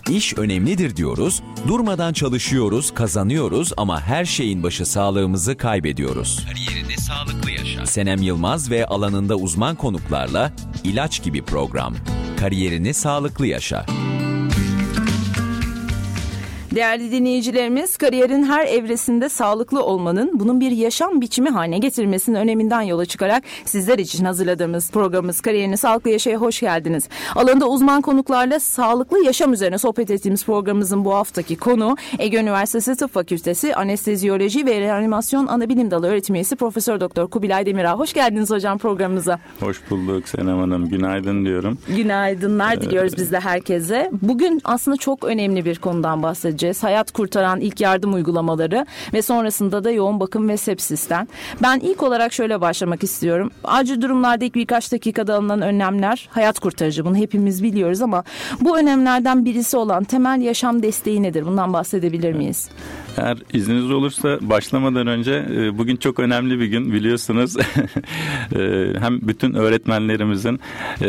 İş önemlidir diyoruz, durmadan çalışıyoruz, kazanıyoruz ama her şeyin başı sağlığımızı kaybediyoruz. Kariyerini sağlıklı yaşa. Senem Yılmaz ve alanında uzman konuklarla ilaç gibi program. Kariyerini sağlıklı yaşa. Değerli dinleyicilerimiz, kariyerin her evresinde sağlıklı olmanın, bunun bir yaşam biçimi haline getirmesinin öneminden yola çıkarak sizler için hazırladığımız programımız Kariyerini Sağlıklı Yaşa'ya hoş geldiniz. Alanında uzman konuklarla sağlıklı yaşam üzerine sohbet ettiğimiz programımızın bu haftaki konu Ege Üniversitesi Tıp Fakültesi Anestezyoloji ve Reanimasyon Anabilim Dalı öğretim üyesi Profesör Doktor Kubilay Demirağ. Hoş geldiniz hocam programımıza. Hoş bulduk Senem Hanım. Günaydın diyorum. Günaydınlar diliyoruz biz de herkese. Bugün aslında çok önemli bir konudan bahsedeceğiz. Hayat kurtaran ilk yardım uygulamaları ve sonrasında da yoğun bakım ve sepsisten. Ben ilk olarak şöyle başlamak istiyorum. Acil durumlarda ilk birkaç dakikada alınan önlemler hayat kurtarıcı. Bunu hepimiz biliyoruz ama bu önlemlerden birisi olan temel yaşam desteği nedir? Bundan bahsedebilir miyiz? Eğer izniniz olursa başlamadan önce bugün çok önemli bir gün biliyorsunuz. Hem bütün öğretmenlerimizin,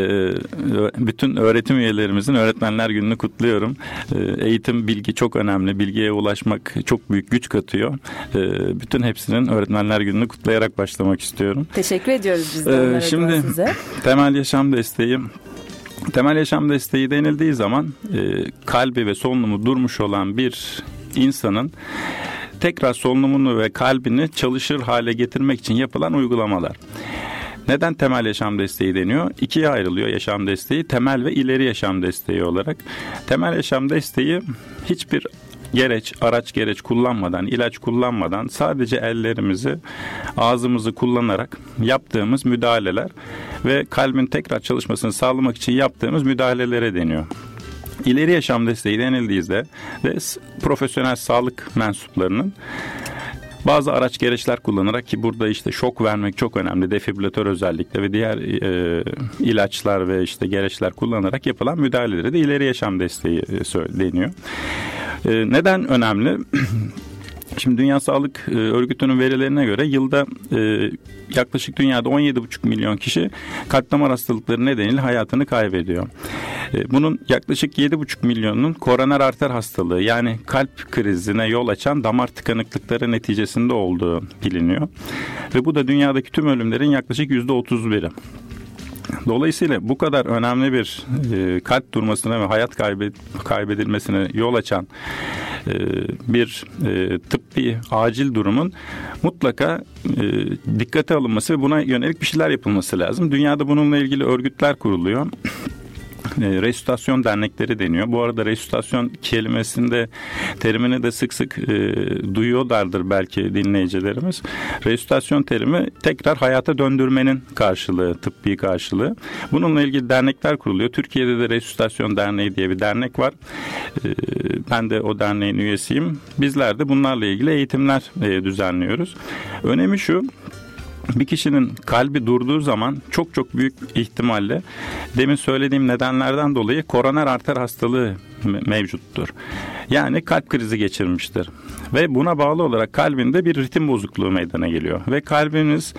bütün öğretim üyelerimizin Öğretmenler Günü'nü kutluyorum. Eğitim, bilgi çok önemli. Bilgiye ulaşmak çok büyük güç katıyor. Bütün hepsinin Öğretmenler Günü'nü kutlayarak başlamak istiyorum. Teşekkür ediyoruz biz de onlara. Şimdi size. Temel yaşam desteği. Temel yaşam desteği denildiği zaman kalbi ve solunumu durmuş olan bir insanın tekrar solunumunu ve kalbini çalışır hale getirmek için yapılan uygulamalar. Neden temel yaşam desteği deniyor? İkiye ayrılıyor yaşam desteği, temel ve ileri yaşam desteği olarak. Temel yaşam desteği hiçbir araç gereç kullanmadan, ilaç kullanmadan sadece ellerimizi, ağzımızı kullanarak yaptığımız müdahaleler ve kalbin tekrar çalışmasını sağlamak için yaptığımız müdahalelere deniyor. İleri yaşam desteği denildiğinde de profesyonel sağlık mensuplarının bazı araç gereçler kullanarak, ki burada işte şok vermek çok önemli, defibrilatör özellikle ve diğer ilaçlar ve işte gereçler kullanarak yapılan müdahalelere de ileri yaşam desteği deniyor. Neden önemli? Şimdi Dünya Sağlık Örgütü'nün verilerine göre yılda yaklaşık dünyada 17,5 milyon kişi kalp damar hastalıkları nedeniyle hayatını kaybediyor. Bunun yaklaşık 7,5 milyonunun koroner arter hastalığı, yani kalp krizine yol açan damar tıkanıklıkları neticesinde olduğu biliniyor. Ve bu da dünyadaki tüm ölümlerin yaklaşık %31'i. Dolayısıyla bu kadar önemli bir kalp durmasına ve hayat kaybedilmesine yol açan bir tıbbi acil durumun mutlaka dikkate alınması ve buna yönelik bir şeyler yapılması lazım. Dünyada bununla ilgili örgütler kuruluyor. Resüsitasyon dernekleri deniyor. Bu arada resüsitasyon kelimesinde, terimini de sık sık duyuyorlardır belki dinleyicilerimiz. Resüsitasyon terimi tekrar hayata döndürmenin karşılığı, tıbbi karşılığı. Bununla ilgili dernekler kuruluyor. Türkiye'de de Resüsitasyon Derneği diye bir dernek var. Ben de o derneğin üyesiyim. Bizler de bunlarla ilgili eğitimler düzenliyoruz. Önemi şu: bir kişinin kalbi durduğu zaman çok çok büyük ihtimalle demin söylediğim nedenlerden dolayı koroner arter hastalığı mevcuttur. Yani kalp krizi geçirmiştir. Ve buna bağlı olarak kalbinde bir ritim bozukluğu meydana geliyor. Ve kalbiniz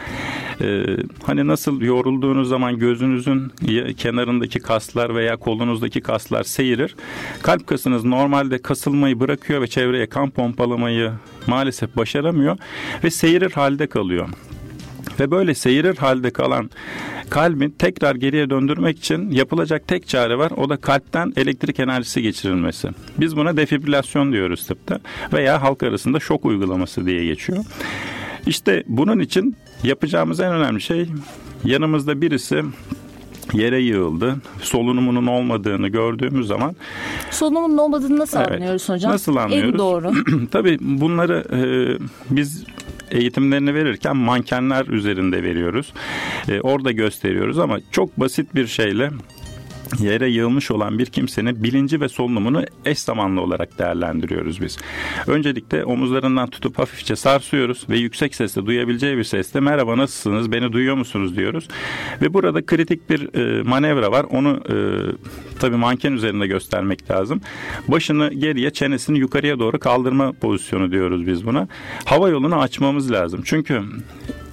hani nasıl yorulduğunuz zaman gözünüzün kenarındaki kaslar veya kolunuzdaki kaslar seyirir. Kalp kasınız normalde kasılmayı bırakıyor ve çevreye kan pompalamayı maalesef başaramıyor ve seyirir halde kalıyor. Ve böyle seyirir halde kalan kalbin tekrar geriye döndürmek için yapılacak tek çare var. O da kalpten elektrik enerjisi geçirilmesi. Biz buna defibrilasyon diyoruz tıpta veya halk arasında şok uygulaması diye geçiyor. İşte bunun için yapacağımız en önemli şey, yanımızda birisi yere yığıldı, solunumunun olmadığını gördüğümüz zaman... Solunumunun olmadığını nasıl anlıyoruz hocam? Nasıl anlıyoruz? En doğru. Tabii bunları biz eğitimlerini verirken mankenler üzerinde veriyoruz. Orada gösteriyoruz ama çok basit bir şeyle yere yığılmış olan bir kimsenin bilinci ve solunumunu eş zamanlı olarak değerlendiriyoruz biz. Öncelikle omuzlarından tutup hafifçe sarsıyoruz ve yüksek sesle, duyabileceği bir sesle "Merhaba, nasılsınız, beni duyuyor musunuz?" diyoruz. Ve burada kritik bir manevra var. Onu tabii manken üzerinde göstermek lazım. Başını geriye, çenesini yukarıya doğru kaldırma pozisyonu diyoruz biz buna. Hava yolunu açmamız lazım. Çünkü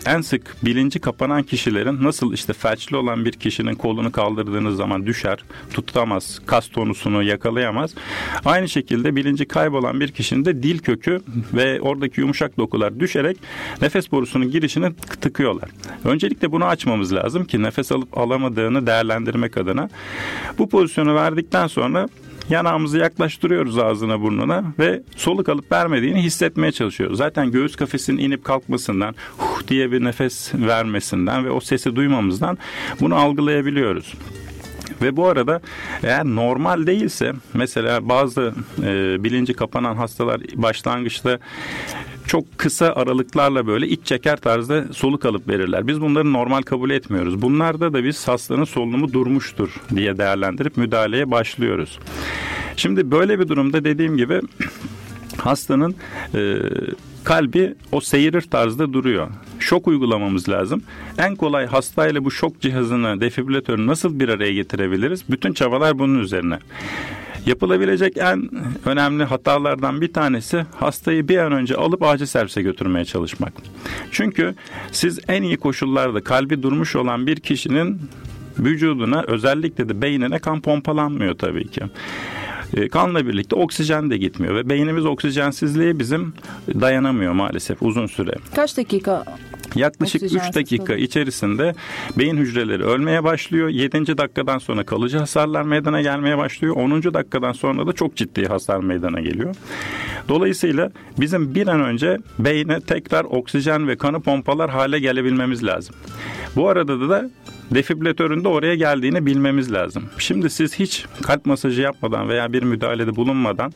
en sık bilinci kapanan kişilerin nasıl işte felçli olan bir kişinin kolunu kaldırdığınız zaman düşer, tutamaz, kas tonusunu yakalayamaz. Aynı şekilde bilinci kaybolan bir kişinin de dil kökü ve oradaki yumuşak dokular düşerek nefes borusunun girişini tıkıyorlar. Öncelikle bunu açmamız lazım ki nefes alıp alamadığını değerlendirmek adına. Bu pozisyonu verdikten sonra yanağımızı yaklaştırıyoruz ağzına, burnuna ve soluk alıp vermediğini hissetmeye çalışıyoruz. Zaten göğüs kafesinin inip kalkmasından, diye bir nefes vermesinden ve o sesi duymamızdan bunu algılayabiliyoruz. Ve bu arada eğer normal değilse, mesela bazı bilinci kapanan hastalar başlangıçta çok kısa aralıklarla böyle iç çeker tarzda soluk alıp verirler. Biz bunları normal kabul etmiyoruz. Bunlarda da biz hastanın solunumu durmuştur diye değerlendirip müdahaleye başlıyoruz. Şimdi böyle bir durumda dediğim gibi hastanın kalbi o seyirir tarzda duruyor. Şok uygulamamız lazım. En kolay hastayla bu şok cihazını, defibrilatörü nasıl bir araya getirebiliriz? Bütün çabalar bunun üzerine. Yapılabilecek en önemli hatalardan bir tanesi hastayı bir an önce alıp acil servise götürmeye çalışmak. Çünkü siz en iyi koşullarda kalbi durmuş olan bir kişinin vücuduna, özellikle de beynine kan pompalanmıyor tabii ki. Kanla birlikte oksijen de gitmiyor ve beynimiz oksijensizliğe bizim dayanamıyor maalesef uzun süre. Kaç dakika? Yaklaşık 3 dakika içerisinde beyin hücreleri ölmeye başlıyor. 7. dakikadan sonra kalıcı hasarlar meydana gelmeye başlıyor. 10. dakikadan sonra da çok ciddi hasar meydana geliyor. Dolayısıyla bizim bir an önce beyne tekrar oksijen ve kanı pompalar hale gelebilmemiz lazım. Bu arada da defibrilatörün de oraya geldiğini bilmemiz lazım. Şimdi siz hiç kalp masajı yapmadan veya bir müdahalede bulunmadan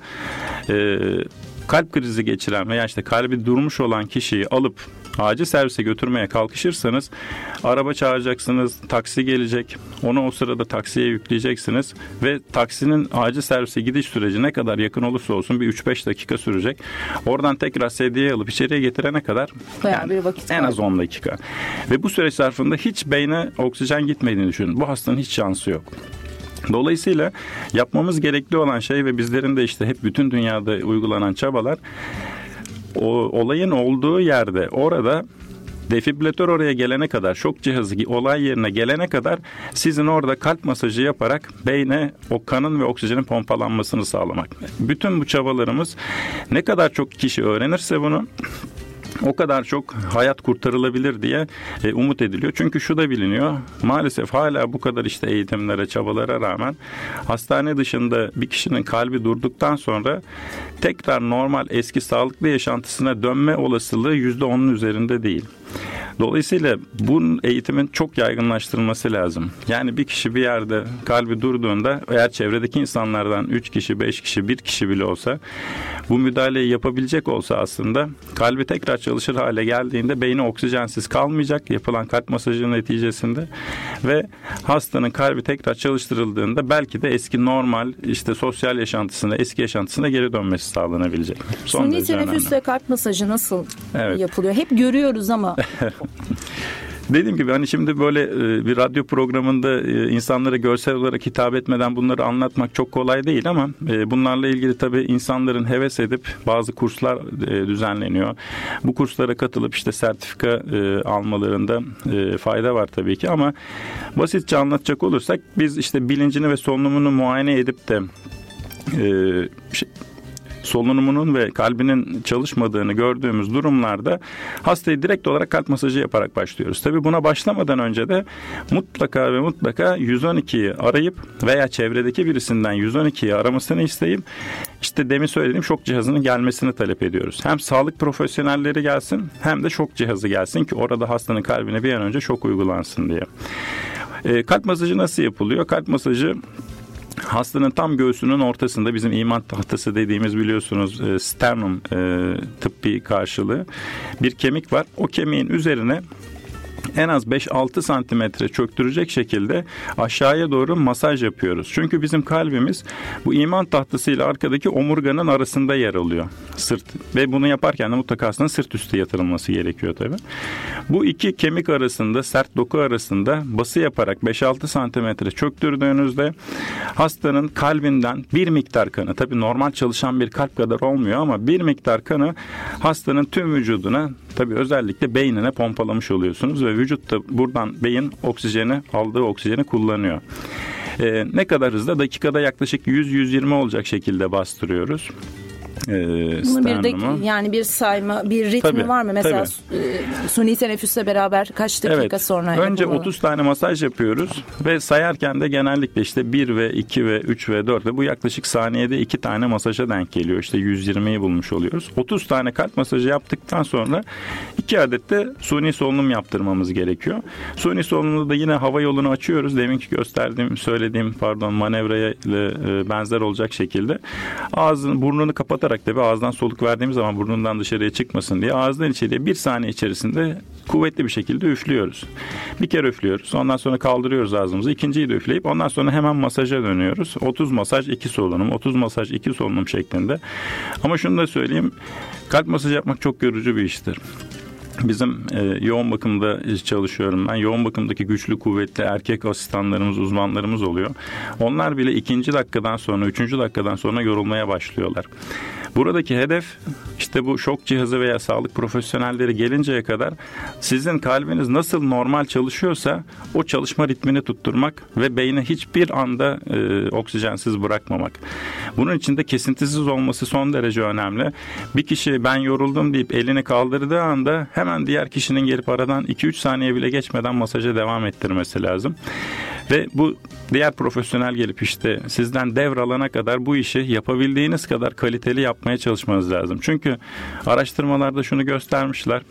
kalp krizi geçiren veya işte kalbi durmuş olan kişiyi alıp acil servise götürmeye kalkışırsanız araba çağıracaksınız, taksi gelecek, onu o sırada taksiye yükleyeceksiniz ve taksinin acil servise gidiş süreci ne kadar yakın olursa olsun bir 3-5 dakika sürecek. Oradan tekrar sedyeye alıp içeriye getirene kadar bayağı bir vakit en az 10 dakika. Ve bu süreç zarfında hiç beyne oksijen gitmediğini düşünün. Bu hastanın hiç şansı yok. Dolayısıyla yapmamız gerekli olan şey ve bizlerin de işte hep bütün dünyada uygulanan çabalar, o olayın olduğu yerde, orada defibrilatör oraya gelene kadar, şok cihazı olay yerine gelene kadar sizin orada kalp masajı yaparak beyne o kanın ve oksijenin pompalanmasını sağlamak. Bütün bu çabalarımız ne kadar çok kişi öğrenirse bunu, o kadar çok hayat kurtarılabilir diye umut ediliyor. Çünkü şu da biliniyor. Maalesef hala bu kadar işte eğitimlere, çabalara rağmen hastane dışında bir kişinin kalbi durduktan sonra tekrar normal eski sağlıklı yaşantısına dönme olasılığı %10'un üzerinde değil. Dolayısıyla bunun eğitimin çok yaygınlaştırılması lazım. Yani bir kişi bir yerde kalbi durduğunda eğer çevredeki insanlardan 3 kişi, 5 kişi, 1 kişi bile olsa bu müdahaleyi yapabilecek olsa aslında kalbi tekrar çalışır hale geldiğinde beyni oksijensiz kalmayacak yapılan kalp masajının neticesinde ve hastanın kalbi tekrar çalıştırıldığında belki de eski normal işte sosyal yaşantısına, eski yaşantısına geri dönmesi sağlanabilecek. Suni teneffüsle kalp masajı nasıl yapılıyor? Hep görüyoruz ama dediğim gibi hani şimdi böyle bir radyo programında insanlara görsel olarak hitap etmeden bunları anlatmak çok kolay değil ama bunlarla ilgili tabii insanların heves edip bazı kurslar düzenleniyor. Bu kurslara katılıp işte sertifika almalarında fayda var tabii ki ama basitçe anlatacak olursak biz işte bilincini ve solunumunu muayene edip de solunumunun ve kalbinin çalışmadığını gördüğümüz durumlarda hastayı direkt olarak kalp masajı yaparak başlıyoruz. Tabii buna başlamadan önce de mutlaka ve mutlaka 112'yi arayıp veya çevredeki birisinden 112'yi aramasını isteyip işte demin söylediğim şok cihazının gelmesini talep ediyoruz. Hem sağlık profesyonelleri gelsin hem de şok cihazı gelsin ki orada hastanın kalbine bir an önce şok uygulansın diye. Kalp masajı nasıl yapılıyor? Kalp masajı hastanın tam göğsünün ortasında bizim iman tahtası dediğimiz biliyorsunuz sternum tıbbi karşılığı bir kemik var. O kemiğin üzerine en az 5-6 santimetre çöktürecek şekilde aşağıya doğru masaj yapıyoruz. Çünkü bizim kalbimiz bu iman tahtasıyla arkadaki omurganın arasında yer alıyor. Sırt. Ve bunu yaparken de mutlaka hastanın sırt üstü yatırılması gerekiyor tabii. Bu iki kemik arasında, sert doku arasında bası yaparak 5-6 santimetre çöktürdüğünüzde hastanın kalbinden bir miktar kanı, tabii normal çalışan bir kalp kadar olmuyor ama bir miktar kanı hastanın tüm vücuduna tabii özellikle beynine pompalamış oluyorsunuz ve vücut da buradan beyin aldığı oksijeni kullanıyor. Ne kadar hızlı? Dakikada yaklaşık 100-120 olacak şekilde bastırıyoruz. Bunun bir sayma, bir ritmi var mı? Mesela suni teneffüsle beraber kaç dakika sonra önce yapılmalı? 30 tane masaj yapıyoruz ve sayarken de genellikle işte 1 ve 2 ve 3 ve 4 ve bu yaklaşık saniyede 2 tane masaja denk geliyor. İşte 120'yi bulmuş oluyoruz. 30 tane kalp masajı yaptıktan sonra 2 adet de suni solunum yaptırmamız gerekiyor. Suni solunumda da yine hava yolunu açıyoruz. Deminki söylediğim manevraya benzer olacak şekilde burnunu kapatarak, tabii ağızdan soluk verdiğimiz zaman burnundan dışarıya çıkmasın diye ağızdan içeriye 1 saniye içerisinde kuvvetli bir şekilde üflüyoruz. Bir kere üflüyoruz. Ondan sonra kaldırıyoruz ağzımızı. İkinciyi de üfleyip ondan sonra hemen masaja dönüyoruz. 30 masaj 2 solunum, 30 masaj 2 solunum şeklinde. Ama şunu da söyleyeyim. Kalp masajı yapmak çok yorucu bir iştir. Bizim yoğun bakımda çalışıyorum ben. Yoğun bakımdaki güçlü, kuvvetli erkek asistanlarımız, uzmanlarımız oluyor. Onlar bile 2. dakikadan sonra, 3. dakikadan sonra yorulmaya başlıyorlar. Buradaki hedef işte bu şok cihazı veya sağlık profesyonelleri gelinceye kadar sizin kalbiniz nasıl normal çalışıyorsa o çalışma ritmini tutturmak ve beyne hiçbir anda oksijensiz bırakmamak. Bunun için de kesintisiz olması son derece önemli. Bir kişi ben yoruldum deyip elini kaldırdığı anda hemen diğer kişinin gelip aradan 2-3 saniye bile geçmeden masaja devam ettirmesi lazım. Ve bu diğer profesyonel gelip işte sizden devralana kadar bu işi yapabildiğiniz kadar kaliteli yapmaya çalışmanız lazım. Çünkü araştırmalarda şunu göstermişler.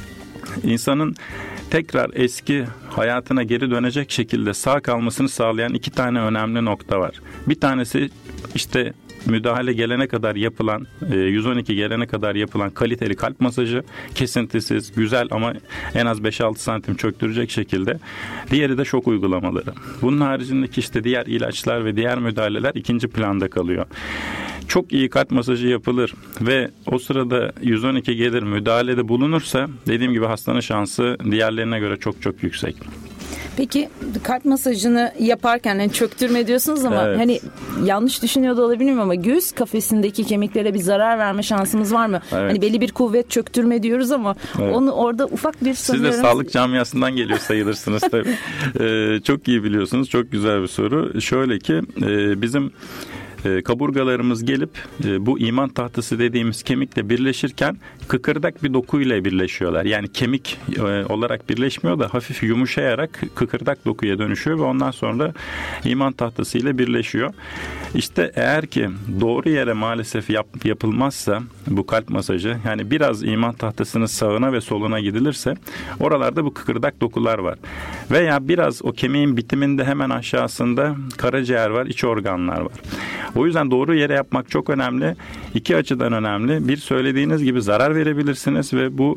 İnsanın tekrar eski hayatına geri dönecek şekilde sağ kalmasını sağlayan 2 tane önemli nokta var. Bir tanesi işte müdahale gelene kadar yapılan 112 gelene kadar yapılan kaliteli kalp masajı, kesintisiz, güzel ama en az 5-6 santim çöktürecek şekilde. Diğeri de şok uygulamaları. Bunun haricindeki işte diğer ilaçlar ve diğer müdahaleler ikinci planda kalıyor. Çok iyi kalp masajı yapılır ve o sırada 112 gelir, müdahalede bulunursa dediğim gibi hastanın şansı diğerlerine göre çok çok yüksek. Peki kalp masajını yaparken çöktürme diyorsunuz ama hani yanlış düşünüyor da olabilirim ama göğüs kafesindeki kemiklere bir zarar verme şansımız var mı? Evet. Hani belli bir kuvvet çöktürme diyoruz ama onu orada ufak bir sanıyorum. Siz de sağlık camiasından geliyor sayılırsınız tabii. Çok iyi biliyorsunuz. Çok güzel bir soru. Şöyle ki bizim kaburgalarımız gelip bu iman tahtası dediğimiz kemikle birleşirken kıkırdak bir dokuyla birleşiyorlar. Yani kemik olarak birleşmiyor da hafif yumuşayarak kıkırdak dokuya dönüşüyor ve ondan sonra iman tahtası ile birleşiyor. İşte eğer ki doğru yere maalesef yapılmazsa bu kalp masajı, yani biraz iman tahtasının sağına ve soluna gidilirse oralarda bu kıkırdak dokular var. Veya biraz o kemiğin bitiminde hemen aşağısında karaciğer var, iç organlar var. O yüzden doğru yere yapmak çok önemli. 2 açıdan önemli. Bir, söylediğiniz gibi zarar verebilirsiniz ve bu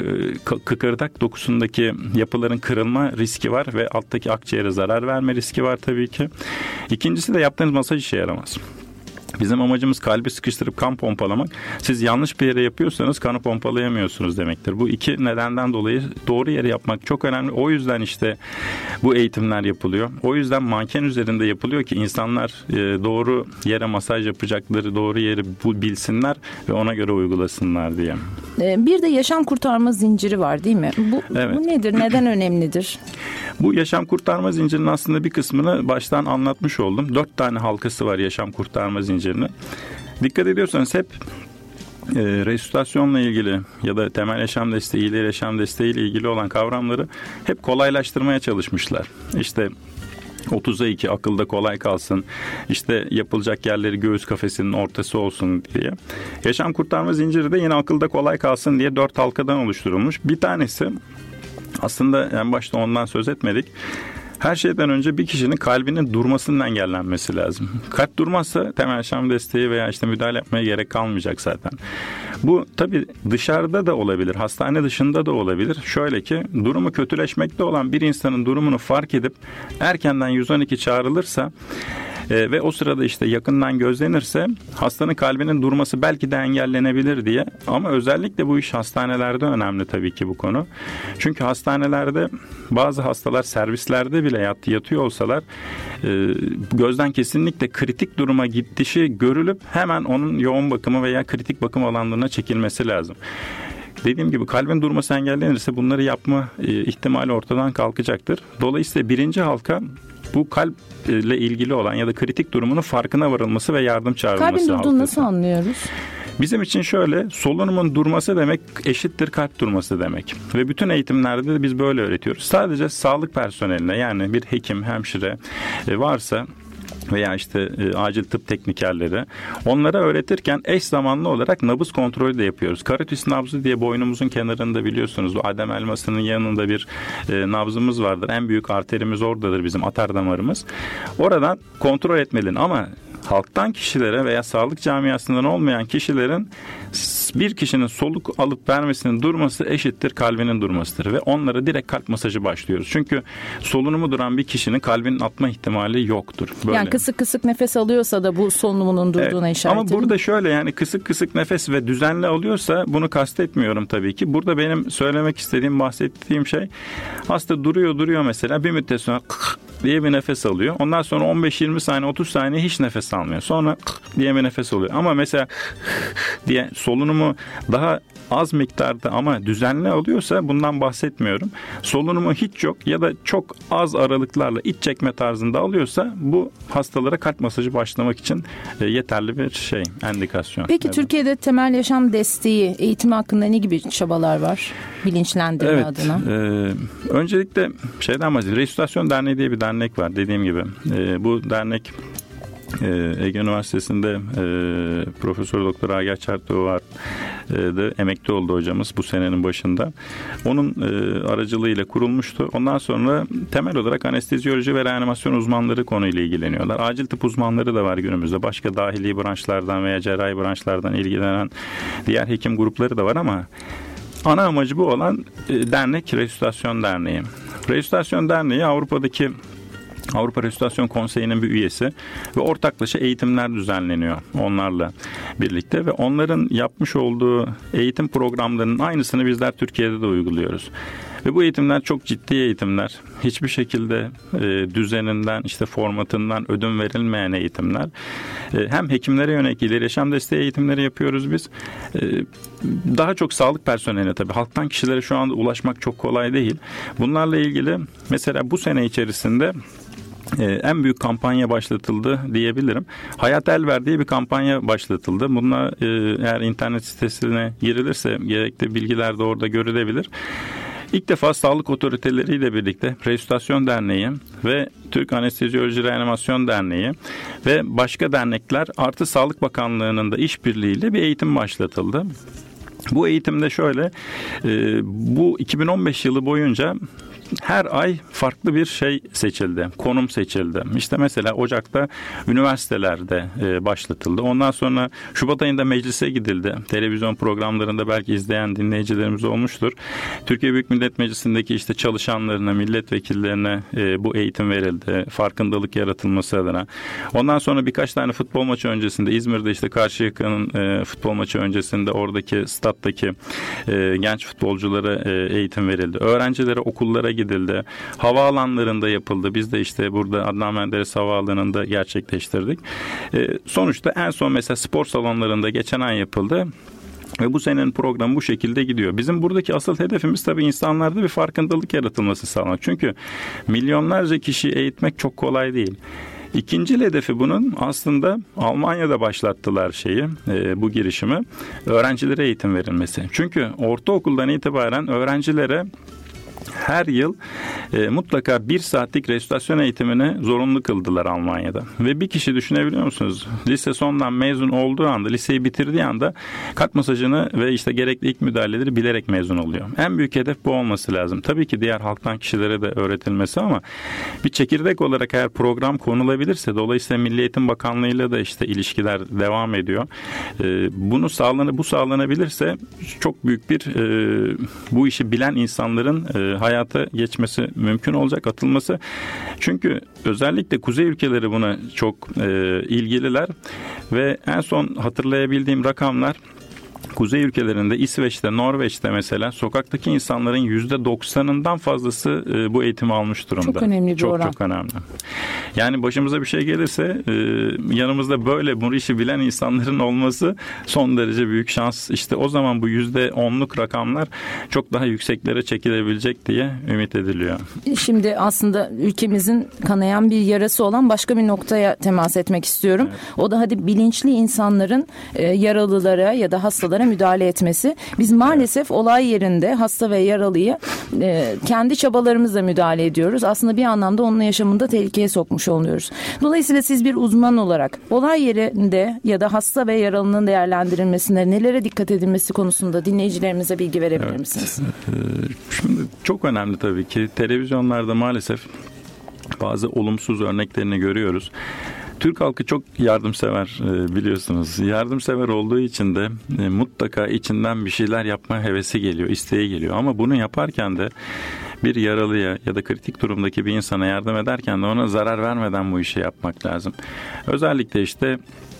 kıkırdak dokusundaki yapıların kırılma riski var ve alttaki akciğere zarar verme riski var tabii ki. İkincisi de yaptığınız masaj işe yaramaz. Bizim amacımız kalbi sıkıştırıp kan pompalamak. Siz yanlış bir yere yapıyorsanız kanı pompalayamıyorsunuz demektir. Bu 2 nedenden dolayı doğru yere yapmak çok önemli. O yüzden işte bu eğitimler yapılıyor. O yüzden manken üzerinde yapılıyor ki insanlar doğru yere masaj yapacakları doğru yeri bilsinler ve ona göre uygulasınlar diye. Bir de yaşam kurtarma zinciri var değil mi? Bu nedir? Neden önemlidir? Bu yaşam kurtarma zincirinin aslında bir kısmını baştan anlatmış oldum. 4 tane halkası var yaşam kurtarma zincirinin. Dikkat ediyorsanız hep resüsitasyonla ilgili ya da temel yaşam desteği, ileri yaşam desteği ile ilgili olan kavramları hep kolaylaştırmaya çalışmışlar. İşte 30'a 2 akılda kolay kalsın, işte yapılacak yerleri göğüs kafesinin ortası olsun diye. Yaşam kurtarma zinciri de yine akılda kolay kalsın diye 4 halkadan oluşturulmuş. Bir tanesi aslında en başta ondan söz etmedik. Her şeyden önce bir kişinin kalbinin durmasının engellenmesi lazım. Kalp durmazsa temel yaşam desteği veya işte müdahale yapmaya gerek kalmayacak zaten. Bu tabii dışarıda da olabilir, hastane dışında da olabilir. Şöyle ki durumu kötüleşmekte olan bir insanın durumunu fark edip erkenden 112 çağrılırsa ve o sırada işte yakından gözlenirse hastanın kalbinin durması belki de engellenebilir diye. Ama özellikle bu iş hastanelerde önemli tabii ki bu konu. Çünkü hastanelerde bazı hastalar servislerde bile yatıyor olsalar gözden kesinlikle kritik duruma gidişi görülüp hemen onun yoğun bakımı veya kritik bakım alanlarına çekilmesi lazım. dediğim gibi kalbin durması engellenirse bunları yapma ihtimali ortadan kalkacaktır. Dolayısıyla birinci halka bu kalple ilgili olan ya da kritik durumunun farkına varılması ve yardım çağrılması. Kalbin durduğunu nasıl anlıyoruz? Bizim için şöyle, solunumun durması demek eşittir kalp durması demek. Ve bütün eğitimlerde de biz böyle öğretiyoruz. Sadece sağlık personeline, yani bir hekim, hemşire varsa veya işte acil tıp teknikerleri, onlara öğretirken eş zamanlı olarak nabız kontrolü de yapıyoruz. Karotis nabzı diye boynumuzun kenarında, biliyorsunuz, bu adem elmasının yanında bir nabzımız vardır. En büyük arterimiz oradadır, bizim atar damarımız. Oradan kontrol etmelidir ama halktan kişilere veya sağlık camiasından olmayan kişilerin bir kişinin soluk alıp vermesinin durması eşittir kalbinin durmasıdır ve onlara direkt kalp masajı başlıyoruz. Çünkü solunumu duran bir kişinin kalbinin atma ihtimali yoktur. Böyle. Yani kısık kısık nefes alıyorsa da bu solunumunun durduğuna işaret. Ama burada şöyle, yani kısık kısık nefes ve düzenli alıyorsa, bunu kastetmiyorum tabii ki. Burada benim söylemek istediğim, bahsettiğim şey, hasta duruyor mesela, bir müddet sonra diye bir nefes alıyor. Ondan sonra 15-20 saniye 30 saniye hiç nefes almıyor. Sonra diye bir nefes alıyor. Ama mesela diye solunumu daha az miktarda ama düzenli alıyorsa bundan bahsetmiyorum. Solunumu hiç yok ya da çok az aralıklarla iç çekme tarzında alıyorsa bu hastalara kalp masajı başlamak için yeterli bir şey, endikasyon. Peki evet. Türkiye'de temel yaşam desteği eğitimi hakkında ne gibi çabalar var bilinçlendirme adına? Öncelikle şeyden bahsedeyim. Resüsitasyon Derneği diye bir dernek var, dediğim gibi. Bu dernek Ege Üniversitesi'nde Profesör Doktor Agah Çertoğlu vardı. Emekli oldu hocamız bu senenin başında. Onun aracılığıyla kurulmuştu. Ondan sonra temel olarak anestezyoloji ve reanimasyon uzmanları konuyla ilgileniyorlar. Acil tıp uzmanları da var günümüzde. Başka dahili branşlardan veya cerrahi branşlardan ilgilenen diğer hekim grupları da var ama ana amacı bu olan dernek Resüsitasyon Derneği. Resüsitasyon Derneği Avrupa Resüsitasyon Konseyi'nin bir üyesi ve ortaklaşa eğitimler düzenleniyor onlarla birlikte ve onların yapmış olduğu eğitim programlarının aynısını bizler Türkiye'de de uyguluyoruz. Ve bu eğitimler çok ciddi eğitimler. Hiçbir şekilde düzeninden, işte formatından ödün verilmeyen eğitimler. Hem hekimlere yönelik ileri yaşam desteği eğitimleri yapıyoruz biz. Daha çok sağlık personeline, tabii halktan kişilere şu anda ulaşmak çok kolay değil. Bunlarla ilgili mesela bu sene içerisinde en büyük kampanya başlatıldı diyebilirim. Hayat Elver diye bir kampanya başlatıldı. Bununla eğer internet sitesine girilirse gerekli bilgiler de orada görülebilir. İlk defa sağlık otoriteleriyle birlikte Resüsitasyon Derneği ve Türk Anestezyoloji Reanimasyon Derneği ve başka dernekler artı Sağlık Bakanlığı'nın da işbirliğiyle bir eğitim başlatıldı. Bu eğitimde şöyle, bu 2015 yılı boyunca her ay farklı bir şey seçildi, konum seçildi. İşte mesela Ocak'ta üniversitelerde başlatıldı. Ondan sonra Şubat ayında meclise gidildi. Televizyon programlarında belki izleyen dinleyicilerimiz olmuştur. Türkiye Büyük Millet Meclisi'ndeki işte çalışanlarına, milletvekillerine bu eğitim verildi. Farkındalık yaratılması adına. Ondan sonra birkaç tane futbol maçı öncesinde, İzmir'de işte Karşıyaka'nın futbol maçı öncesinde oradaki stattaki genç futbolculara eğitim verildi. Öğrencilere okullara gidildi. Havaalanlarında yapıldı. Biz de işte burada Adnan Menderes Havaalanı'nda gerçekleştirdik. Sonuçta en son mesela spor salonlarında geçen ay yapıldı. Ve bu senenin programı bu şekilde gidiyor. Bizim buradaki asıl hedefimiz tabii insanlarda bir farkındalık yaratılması sağlamak. Çünkü milyonlarca kişiyi eğitmek çok kolay değil. İkinci hedefi bunun aslında Almanya'da başlattılar bu girişimi. Öğrencilere eğitim verilmesi. Çünkü ortaokuldan itibaren öğrencilere her yıl mutlaka 1 saatlik resüsitasyon eğitimini zorunlu kıldılar Almanya'da. Ve bir kişi, düşünebiliyor musunuz? Lise sondan mezun olduğu anda, liseyi bitirdiği anda kalp masajını ve işte gerekli ilk müdahaleleri bilerek mezun oluyor. En büyük hedef bu olması lazım. Tabii ki diğer halktan kişilere de öğretilmesi ama bir çekirdek olarak eğer program konulabilirse, dolayısıyla Milli Eğitim Bakanlığı'yla da işte ilişkiler devam ediyor. Bu sağlanabilirse çok büyük bir bu işi bilen insanların hayata geçmesi mümkün olacak, atılması. Çünkü özellikle kuzey ülkeleri buna çok ilgililer ve en son hatırlayabildiğim rakamlar Kuzey ülkelerinde, İsveç'te, Norveç'te mesela sokaktaki insanların %90'ından fazlası bu eğitimi almış durumda. Çok önemli bir oran. Çok önemli. Yani başımıza bir şey gelirse yanımızda böyle bu işi bilen insanların olması son derece büyük şans. İşte o zaman bu %10'luk rakamlar çok daha yükseklere çekilebilecek diye ümit ediliyor. Şimdi aslında ülkemizin kanayan bir yarası olan başka bir noktaya temas etmek istiyorum. Evet. O da hadi bilinçli insanların yaralılara ya da hastalara müdahale etmesi. Biz maalesef olay yerinde hasta ve yaralıyı kendi çabalarımızla müdahale ediyoruz. Aslında bir anlamda onun yaşamında tehlikeye sokmuş oluyoruz. Dolayısıyla siz bir uzman olarak olay yerinde ya da hasta ve yaralının değerlendirilmesine nelere dikkat edilmesi konusunda dinleyicilerimize bilgi verebilir misiniz? Şimdi çok önemli tabii ki. Televizyonlarda maalesef bazı olumsuz örneklerini görüyoruz. Türk halkı çok yardımsever biliyorsunuz. Yardımsever olduğu için de mutlaka içinden bir şeyler yapma hevesi geliyor, isteği geliyor. Ama bunu yaparken de bir yaralıya ya da kritik durumdaki bir insana yardım ederken de ona zarar vermeden bu işi yapmak lazım. Özellikle işte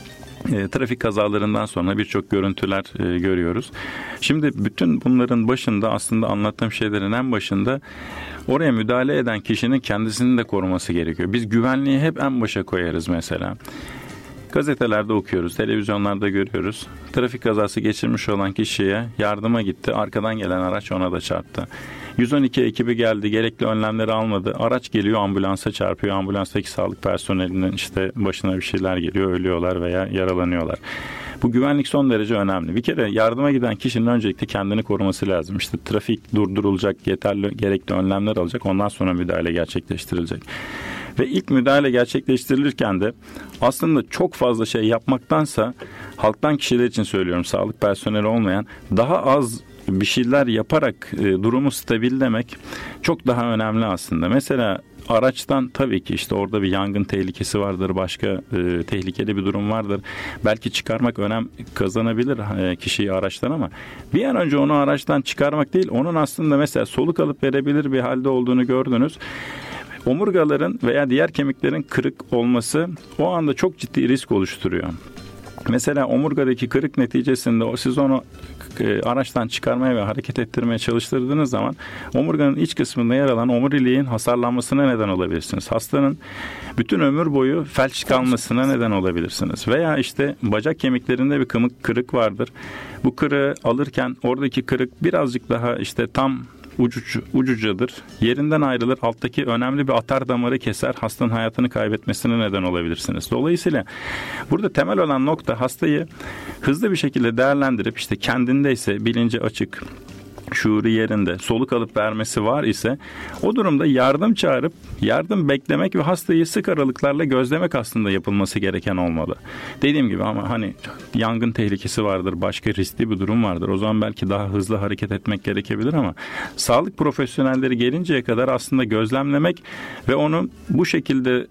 trafik kazalarından sonra birçok görüntüler görüyoruz. Şimdi bütün bunların başında, aslında anlattığım şeylerin en başında oraya müdahale eden kişinin kendisini de koruması gerekiyor. Biz güvenliği hep en başa koyarız mesela. Gazetelerde okuyoruz, televizyonlarda görüyoruz. Trafik kazası geçirmiş olan kişiye yardıma gitti. Arkadan gelen araç ona da çarptı. 112 ekibi geldi, gerekli önlemleri almadı. Araç geliyor, ambulansa çarpıyor. Ambulanstaki sağlık personelinin işte başına bir şeyler geliyor, ölüyorlar veya yaralanıyorlar. Bu güvenlik son derece önemli. Bir kere yardıma giden kişinin öncelikle kendini koruması lazım. İşte trafik durdurulacak, gerekli önlemler alacak. Ondan sonra müdahale gerçekleştirilecek. Ve ilk müdahale gerçekleştirilirken de aslında çok fazla şey yapmaktansa, halktan kişiler için söylüyorum, sağlık personeli olmayan, daha az bir şeyler yaparak durumu stabillemek çok daha önemli aslında. Mesela araçtan tabii ki işte orada bir yangın tehlikesi vardır, başka tehlikeli bir durum vardır. Belki çıkarmak önem kazanabilir kişiyi araçtan, ama bir an önce onu araçtan çıkarmak değil, onun aslında mesela soluk alıp verebilir bir halde olduğunu gördünüz. Omurgaların veya diğer kemiklerin kırık olması o anda çok ciddi risk oluşturuyor. Mesela omurgadaki kırık neticesinde siz onu araçtan çıkarmaya ve hareket ettirmeye çalıştırdığınız zaman omurganın iç kısmında yer alan omuriliğin hasarlanmasına neden olabilirsiniz. Hastanın bütün ömür boyu felç kalmasına neden olabilirsiniz. Veya işte bacak kemiklerinde bir kırık vardır. Bu kırığı alırken oradaki kırık birazcık daha işte tam ucucadır. Yerinden ayrılır. Alttaki önemli bir atar damarı keser. Hastanın hayatını kaybetmesine neden olabilirsiniz. Dolayısıyla burada temel olan nokta, hastayı hızlı bir şekilde değerlendirip işte kendindeyse, bilinci açık, şuuru yerinde, soluk alıp vermesi var ise o durumda yardım çağırıp yardım beklemek ve hastayı sık aralıklarla gözlemek aslında yapılması gereken olmalı. Dediğim gibi, ama hani yangın tehlikesi vardır, başka riskli bir durum vardır. O zaman belki daha hızlı hareket etmek gerekebilir, ama sağlık profesyonelleri gelinceye kadar aslında gözlemlemek ve onu bu şekilde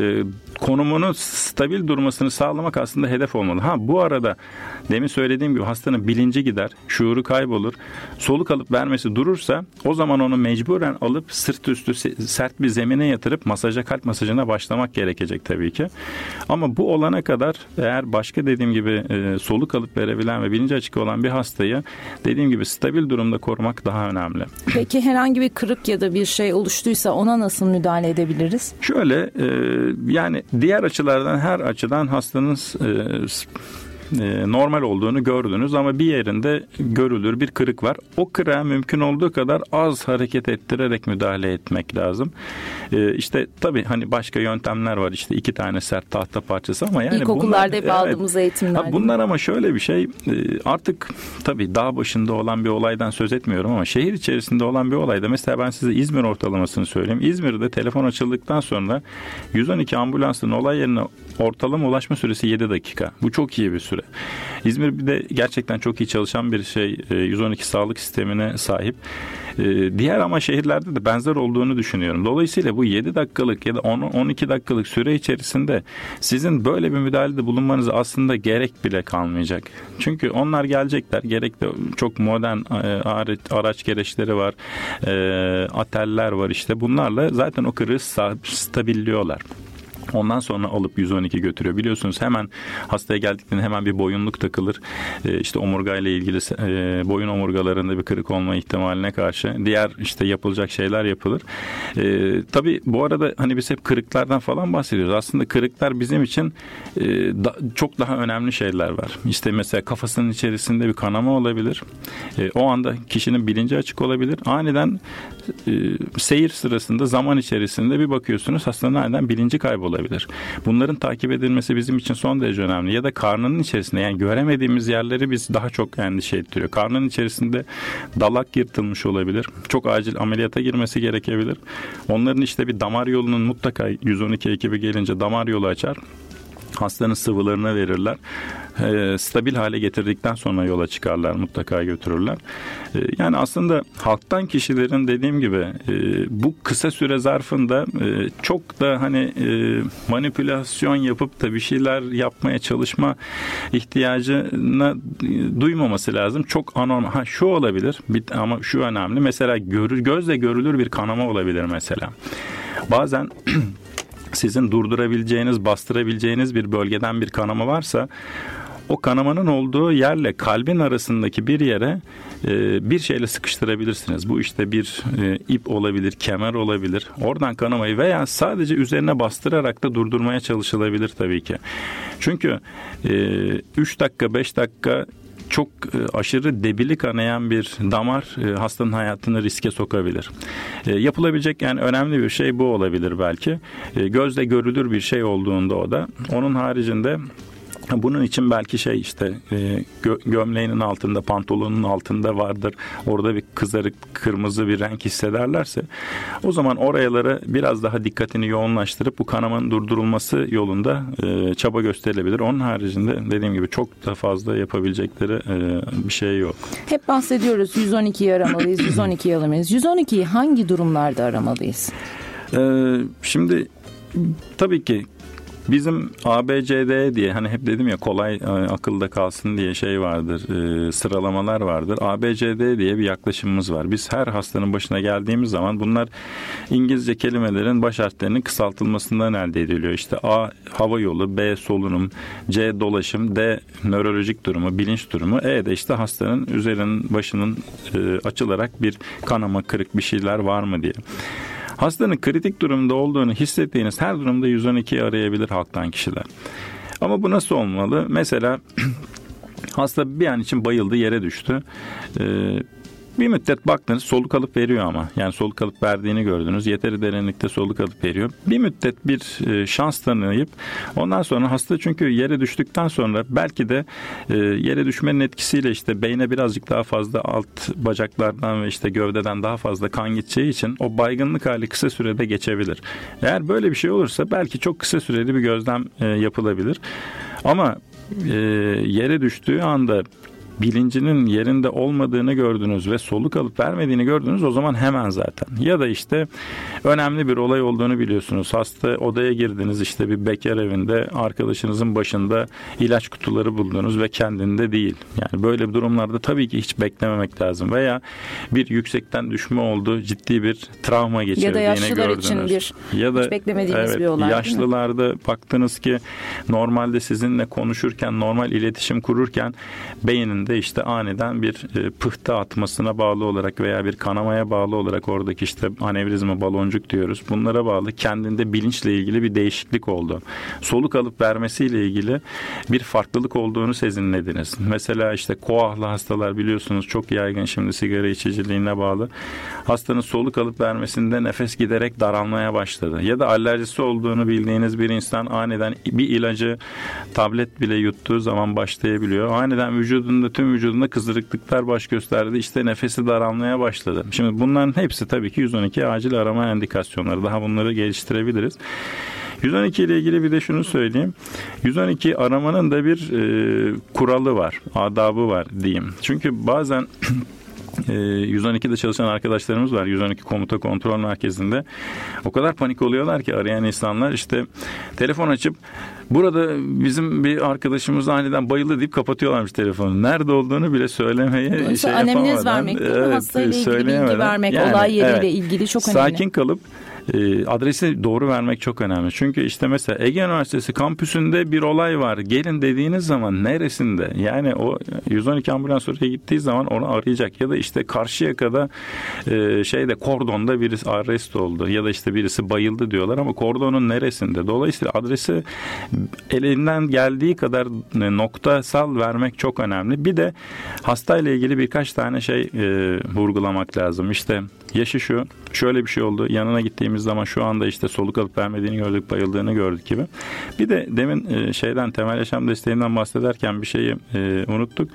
konumunun stabil durmasını sağlamak aslında hedef olmalı. Bu arada demin söylediğim gibi hastanın bilinci gider, şuuru kaybolur, soluk alıp vermesi durursa o zaman onu mecburen alıp sırt üstü sert bir zemine yatırıp kalp masajına başlamak gerekecek tabii ki. Ama bu olana kadar eğer başka dediğim gibi soluk alıp verebilen ve bilinci açık olan bir hastayı dediğim gibi stabil durumda korumak daha önemli. Peki herhangi bir kırık ya da bir şey oluştuysa ona nasıl müdahale edebiliriz? Şöyle yani diğer açılardan, her açıdan hastanın normal olduğunu gördünüz, ama bir yerinde görülür bir kırık var. O kırığa mümkün olduğu kadar az hareket ettirerek müdahale etmek lazım. İşte tabii hani başka yöntemler var, işte 2 tane sert tahta parçası, ama yani İlkokullarda hep aldığımız eğitimler. Bunlar ama şöyle bir şey, artık tabii dağ başında olan bir olaydan söz etmiyorum, ama şehir içerisinde olan bir olayda, mesela ben size İzmir ortalamasını söyleyeyim. İzmir'de telefon açıldıktan sonra 112 ambulansın olay yerine ortalama ulaşma süresi 7 dakika. Bu çok iyi bir süre. İzmir bir de gerçekten çok iyi çalışan bir 112 sağlık sistemine sahip. Diğer ama şehirlerde de benzer olduğunu düşünüyorum. Dolayısıyla bu 7 dakikalık ya da 10-12 dakikalık süre içerisinde sizin böyle bir müdahalede bulunmanıza aslında gerek bile kalmayacak. Çünkü onlar gelecekler. Gerek de çok modern araç gereçleri var. Ateller var işte. Bunlarla zaten o kırığı stabilliyorlar. Ondan sonra alıp 112 götürüyor. Biliyorsunuz hemen hastaya geldiklerinde hemen bir boyunluk takılır. İşte omurgayla ilgili boyun omurgalarında bir kırık olma ihtimaline karşı diğer işte yapılacak şeyler yapılır. Tabii bu arada hani biz hep kırıklardan falan bahsediyoruz. Aslında kırıklar bizim için çok daha önemli şeyler var. İşte mesela kafasının içerisinde bir kanama olabilir. O anda kişinin bilinci açık olabilir. Aniden seyir sırasında zaman içerisinde bir bakıyorsunuz hastanın aniden bilinci kaybolabilir. Bunların takip edilmesi bizim için son derece önemli. Ya da karnının içerisinde yani göremediğimiz yerleri biz daha çok endişe ettiriyor. Karnının içerisinde dalak yırtılmış olabilir. Çok acil ameliyata girmesi gerekebilir. Onların işte bir damar yolunun mutlaka 112 ekibi gelince damar yolu açar. Hastanın sıvılarını verirler. Stabil hale getirdikten sonra yola çıkarlar, mutlaka götürürler. Yani aslında halktan kişilerin dediğim gibi bu kısa süre zarfında çok da hani manipülasyon yapıp da bir şeyler yapmaya çalışma ihtiyacına duymaması lazım. Çok anormal. Şu olabilir ama şu önemli. Mesela gözle görülür bir kanama olabilir mesela. Bazen sizin durdurabileceğiniz, bastırabileceğiniz bir bölgeden bir kanama varsa o kanamanın olduğu yerle kalbin arasındaki bir yere bir şeyle sıkıştırabilirsiniz. Bu işte bir ip olabilir, kemer olabilir. Oradan kanamayı veya sadece üzerine bastırarak da durdurmaya çalışılabilir tabii ki. Çünkü 3 dakika, 5 dakika çok aşırı debili kanayan bir damar hastanın hayatını riske sokabilir. Yapılabilecek yani önemli bir şey bu olabilir belki. Gözle görülür bir şey olduğunda o da. Onun haricinde bunun için belki işte gömleğinin altında, pantolonun altında vardır. Orada bir kızarık kırmızı bir renk hissederlerse o zaman oralara biraz daha dikkatini yoğunlaştırıp bu kanamanın durdurulması yolunda çaba gösterilebilir. Onun haricinde dediğim gibi çok da fazla yapabilecekleri bir şey yok. Hep bahsediyoruz 112'yi aramalıyız, 112'yi aramalıyız. 112'yi hangi durumlarda aramalıyız? Şimdi tabii ki bizim ABCD diye hani hep dedim ya kolay akılda kalsın diye şey vardır, sıralamalar vardır. ABCD diye bir yaklaşımımız var. Biz her hastanın başına geldiğimiz zaman bunlar İngilizce kelimelerin baş harflerinin kısaltılmasından elde ediliyor. İşte A hava yolu, B solunum, C dolaşım, D nörolojik durumu, bilinç durumu, E de işte hastanın üzerinin başının açılarak bir kanama, kırık bir şeyler var mı diye. Hastanın kritik durumda olduğunu hissettiğiniz her durumda 112'yi arayabilir halktan kişiler. Ama bu nasıl olmalı? Mesela hasta bir an için bayıldı, yere düştü. Bir müddet baktınız soluk alıp veriyor ama. Yani soluk alıp verdiğini gördünüz. Yeteri derinlikte soluk alıp veriyor. Bir müddet bir şans tanıyıp ondan sonra hasta çünkü yere düştükten sonra belki de yere düşmenin etkisiyle işte beyne birazcık daha fazla alt bacaklardan ve işte gövdeden daha fazla kan gideceği için o baygınlık hali kısa sürede geçebilir. Eğer böyle bir şey olursa belki çok kısa süreli bir gözlem yapılabilir. Ama yere düştüğü anda bilincinin yerinde olmadığını gördünüz ve soluk alıp vermediğini gördünüz, o zaman hemen zaten. Ya da işte önemli bir olay olduğunu biliyorsunuz. Hasta odaya girdiniz, işte bir bekar evinde arkadaşınızın başında ilaç kutuları buldunuz ve kendinde değil. Yani böyle durumlarda tabii ki hiç beklememek lazım. Veya bir yüksekten düşme oldu, ciddi bir travma geçirdiğini gördünüz. Ya da yaşlılar için hiç beklemediğiniz bir olay. Yaşlılarda baktınız ki normalde sizinle konuşurken, normal iletişim kururken beyninde işte aniden bir pıhtı atmasına bağlı olarak veya bir kanamaya bağlı olarak oradaki işte anevrizma, baloncuk diyoruz. Bunlara bağlı kendinde bilinçle ilgili bir değişiklik oldu. Soluk alıp vermesiyle ilgili bir farklılık olduğunu sezinlediniz. Mesela işte koahlı hastalar biliyorsunuz çok yaygın şimdi sigara içiciliğine bağlı. Hastanın soluk alıp vermesinde nefes giderek daralmaya başladı. Ya da alerjisi olduğunu bildiğiniz bir insan aniden bir ilacı tablet bile yuttuğu zaman başlayabiliyor. Aniden tüm vücudunda kızarıklıklar baş gösterdi. İşte nefesi daralmaya başladı. Şimdi bunların hepsi tabii ki 112 acil arama endikasyonları. Daha bunları geliştirebiliriz. 112 ile ilgili bir de şunu söyleyeyim. 112 aramanın da bir kuralı var, adabı var diyeyim. Çünkü bazen 112'de çalışan arkadaşlarımız var. 112 komuta kontrol merkezinde. O kadar panik oluyorlar ki arayan insanlar işte telefon açıp burada bizim bir arkadaşımız aniden bayıldı deyip kapatıyorlarmış telefonu. Nerede olduğunu bile söylemeye yapamadan. Anemnez vermek, hastayla ilgili bilgi vermek, yani, olay yeriyle ilgili çok önemli. Sakin kalıp adresi doğru vermek çok önemli. Çünkü işte mesela Ege Üniversitesi kampüsünde bir olay var. Gelin dediğiniz zaman neresinde? Yani o 112 ambulans oraya gittiği zaman onu arayacak. Ya da işte Karşıyaka'da kordonda birisi arrest oldu. Ya da işte birisi bayıldı diyorlar ama kordonun neresinde? Dolayısıyla adresi elinden geldiği kadar noktasal vermek çok önemli. Bir de hastayla ilgili birkaç tane vurgulamak lazım. İşte yaşı şu, şöyle bir şey oldu. Yanına gittiğimiz zaman şu anda işte soluk alıp vermediğini gördük, bayıldığını gördük gibi. Bir de demin temel yaşam desteğinden bahsederken bir şeyi unuttuk.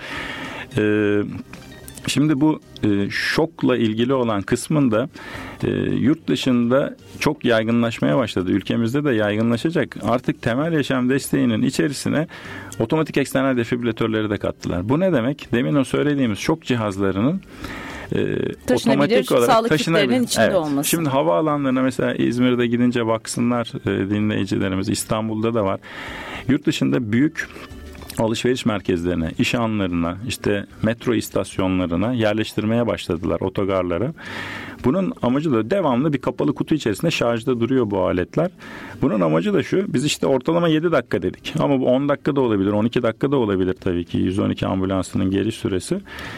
Şimdi bu şokla ilgili olan kısmında yurt dışında çok yaygınlaşmaya başladı. Ülkemizde de yaygınlaşacak. Artık temel yaşam desteğinin içerisine otomatik eksternal defibrilatörleri de kattılar. Bu ne demek? Demin o söylediğimiz şok cihazlarının otomatik olarak taşınabilir içinde olması. Şimdi havaalanlarına mesela İzmir'de gidince baksınlar dinleyicilerimiz, İstanbul'da da var. Yurt dışında büyük alışveriş merkezlerine, iş alanlarına, işte metro istasyonlarına yerleştirmeye başladılar, otogarlara. Bunun amacı da devamlı bir kapalı kutu içerisinde şarjda duruyor bu aletler. Bunun amacı da şu, biz işte ortalama 7 dakika dedik. Ama bu 10 dakika da olabilir, 12 dakika da olabilir tabii ki 112 ambulansının geliş süresi.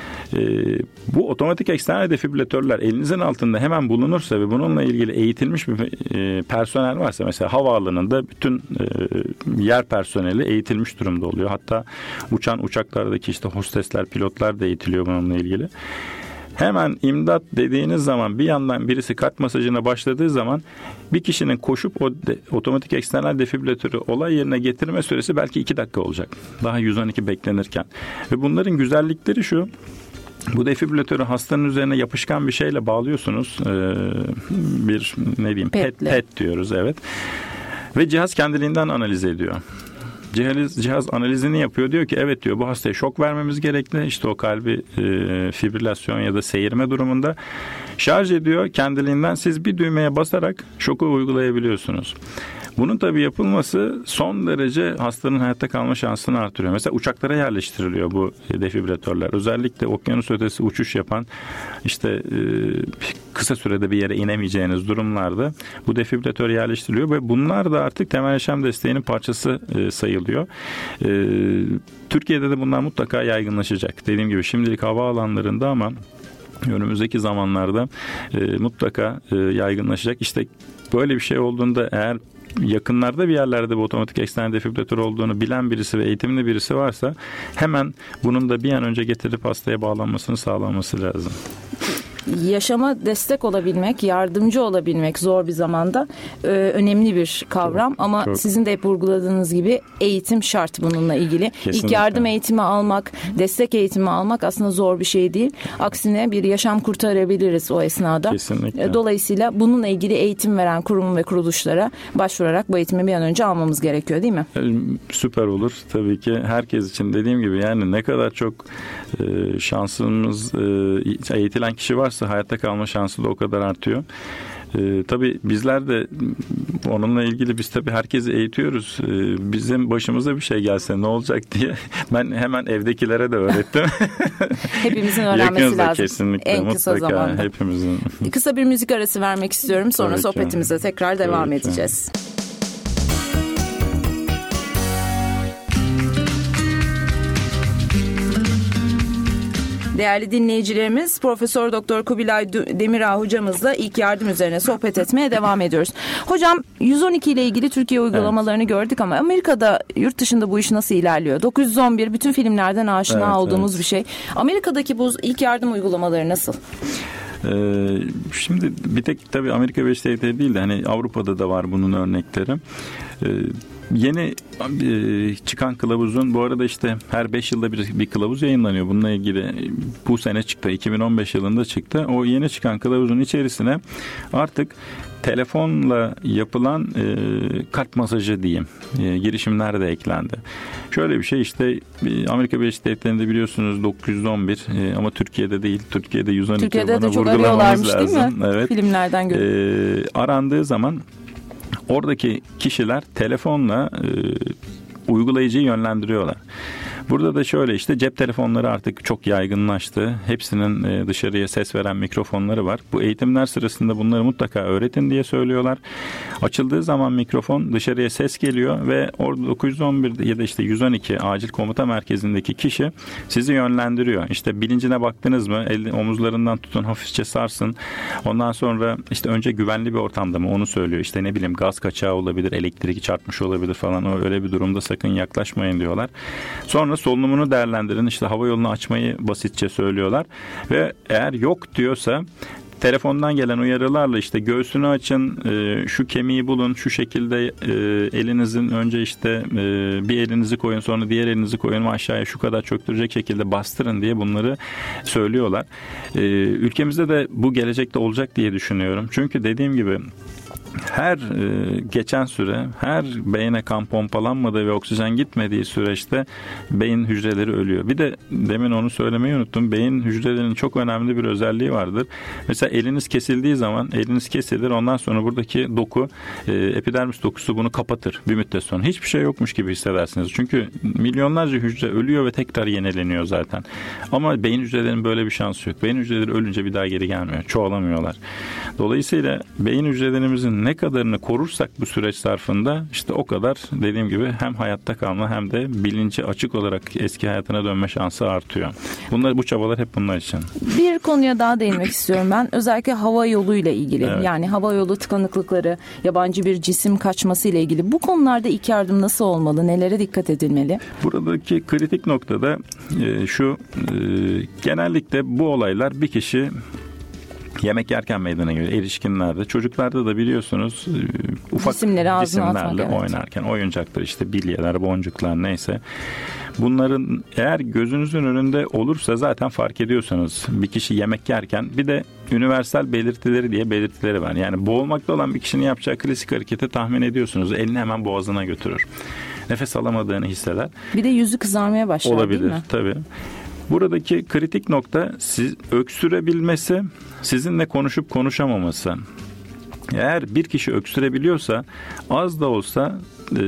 Bu otomatik eksternal defibrilatörler elinizin altında hemen bulunursa ve bununla ilgili eğitilmiş bir personel varsa, mesela havaalanında bütün yer personeli eğitilmiş durumda oluyor. Hatta uçan uçaklardaki işte hostesler, pilotlar da eğitiliyor bununla ilgili. Hemen imdat dediğiniz zaman bir yandan birisi kalp masajına başladığı zaman bir kişinin koşup o otomatik eksternal defibrilatörü olay yerine getirme süresi belki 2 dakika olacak. Daha 112 beklenirken. Ve bunların güzellikleri şu: bu defibrilatörü hastanın üzerine yapışkan bir şeyle bağlıyorsunuz. Bir pet diyoruz, evet. Ve cihaz kendiliğinden analiz ediyor. Cihaz analizini yapıyor. Diyor ki evet diyor, bu hastaya şok vermemiz gerekli. İşte o kalbi fibrilasyon ya da seyirme durumunda şarj ediyor. Kendiliğinden siz bir düğmeye basarak şoku uygulayabiliyorsunuz. Bunun tabii yapılması son derece hastanın hayatta kalma şansını artırıyor. Mesela uçaklara yerleştiriliyor bu defibrilatörler. Özellikle okyanus ötesi uçuş yapan, işte kısa sürede bir yere inemeyeceğiniz durumlarda bu defibrilatör yerleştiriliyor ve bunlar da artık temel yaşam desteğinin parçası sayılıyor. Türkiye'de de bunlar mutlaka yaygınlaşacak. Dediğim gibi şimdilik havaalanlarında ama önümüzdeki zamanlarda mutlaka yaygınlaşacak. İşte böyle bir şey olduğunda, eğer yakınlarda bir yerlerde bu otomatik eksternal defibrilatör olduğunu bilen birisi ve eğitimli birisi varsa hemen bunun da bir an önce getirip hastaya bağlanmasını sağlanması lazım. Yaşama destek olabilmek, yardımcı olabilmek zor bir zamanda önemli bir kavram. Ama çok. Sizin de hep vurguladığınız gibi eğitim şart bununla ilgili. Kesinlikle. İlk yardım eğitimi almak, destek eğitimi almak aslında zor bir şey değil. Aksine bir yaşam kurtarabiliriz o esnada. Kesinlikle. Dolayısıyla bununla ilgili eğitim veren kurum ve kuruluşlara başvurarak bu eğitimi bir an önce almamız gerekiyor, değil mi? Süper olur tabii ki. Herkes için dediğim gibi, yani ne kadar çok şansımız, eğitilen kişi varsa hayatta kalma şansı da o kadar artıyor. Tabii bizler de onunla ilgili biz tabii herkesi eğitiyoruz. Bizim başımıza bir şey gelse ne olacak diye ben hemen evdekilere de öğrettim. Hepimizin öğrenmesi lazım. Kesinlikle, en kısa mutlaka zamanda. Hepimizin. Kısa bir müzik arası vermek istiyorum. Sonra tabii sohbetimize tekrar devam edeceğiz. Değerli dinleyicilerimiz, Profesör Doktor Kubilay Demirağ hocamızla ilk yardım üzerine sohbet etmeye devam ediyoruz. Hocam, 112 ile ilgili Türkiye uygulamalarını gördük ama Amerika'da, yurt dışında bu iş nasıl ilerliyor? 911 bütün filmlerden aşina olduğumuz bir şey. Amerika'daki bu ilk yardım uygulamaları nasıl? Şimdi bir tek tabii Amerika Birleşik Devletleri değil de hani Avrupa'da da var bunun örnekleri. Yeni çıkan kılavuzun, bu arada işte her 5 yılda bir kılavuz yayınlanıyor. Bununla ilgili bu sene çıktı. 2015 yılında çıktı. O yeni çıkan kılavuzun içerisine artık telefonla yapılan kalp masajı diyeyim, girişimler de eklendi. Şöyle bir şey, işte Amerika Birleşik Devletleri'nde biliyorsunuz 911 ama Türkiye'de değil. Türkiye'de 112. Türkiye'de de çok arıyorlarmış lazım. Değil mi? Evet. Filmlerden görüyoruz. Arandığı zaman oradaki kişiler telefonla uygulayıcıyı yönlendiriyorlar. Burada da şöyle işte cep telefonları artık çok yaygınlaştı. Hepsinin dışarıya ses veren mikrofonları var. Bu eğitimler sırasında bunları mutlaka öğretin diye söylüyorlar. Açıldığı zaman mikrofon dışarıya ses geliyor ve orada 911 ya da işte 112 acil komuta merkezindeki kişi sizi yönlendiriyor. İşte bilincine baktınız mı? Omuzlarından tutun, hafifçe sarsın. Ondan sonra işte önce güvenli bir ortamda mı? Onu söylüyor. İşte ne bileyim gaz kaçağı olabilir, elektrik çarpmış olabilir falan. Öyle bir durumda sakın yaklaşmayın diyorlar. Sonra solunumunu değerlendirin. İşte hava yolunu açmayı basitçe söylüyorlar. Ve eğer yok diyorsa telefondan gelen uyarılarla işte göğsünü açın, şu kemiği bulun, şu şekilde elinizin önce işte bir elinizi koyun, sonra diğer elinizi koyun ve aşağıya şu kadar çöktürecek şekilde bastırın diye bunları söylüyorlar. Ülkemizde de bu gelecekte olacak diye düşünüyorum. Çünkü dediğim gibi her geçen süre, her beyne kan pompalanmadığı ve oksijen gitmediği süreçte beyin hücreleri ölüyor. Bir de demin onu söylemeyi unuttum. Beyin hücrelerinin çok önemli bir özelliği vardır. Mesela eliniz kesildiği zaman eliniz kesilir. Ondan sonra buradaki doku, epidermis dokusu bunu kapatır bir müddet sonra. Hiçbir şey yokmuş gibi hissedersiniz. Çünkü milyonlarca hücre ölüyor ve tekrar yenileniyor zaten. Ama beyin hücrelerinin böyle bir şansı yok. Beyin hücreleri ölünce bir daha geri gelmiyor. Çoğalamıyorlar. Dolayısıyla beyin hücrelerimizin ne kadarını korursak bu süreç zarfında işte o kadar dediğim gibi hem hayatta kalma hem de bilinci açık olarak eski hayatına dönme şansı artıyor. Bu çabalar hep bunlar için. Bir konuya daha değinmek istiyorum ben. Özellikle hava yoluyla ilgili. Evet. Yani hava yolu tıkanıklıkları, yabancı bir cisim kaçması ile ilgili. Bu konularda ilk yardım nasıl olmalı? Nelere dikkat edilmeli? Buradaki kritik noktada şu genellikle bu olaylar bir kişi yemek yerken meydana geliyor. Erişkinlerde, çocuklarda da biliyorsunuz ufak cisimlerle oynarken oyuncaklar işte bilyeler, boncuklar neyse. Bunların eğer gözünüzün önünde olursa zaten fark ediyorsanız bir kişi yemek yerken bir de universal belirtileri diye belirtileri var. Yani boğulmakta olan bir kişinin yapacağı klasik hareketi tahmin ediyorsunuz. Elini hemen boğazına götürür. Nefes alamadığını hisseder. Bir de yüzü kızarmaya başlar olabilir, değil mi? Tabii. Buradaki kritik nokta öksürebilmesi, sizinle konuşup konuşamaması. Eğer bir kişi öksürebiliyorsa az da olsa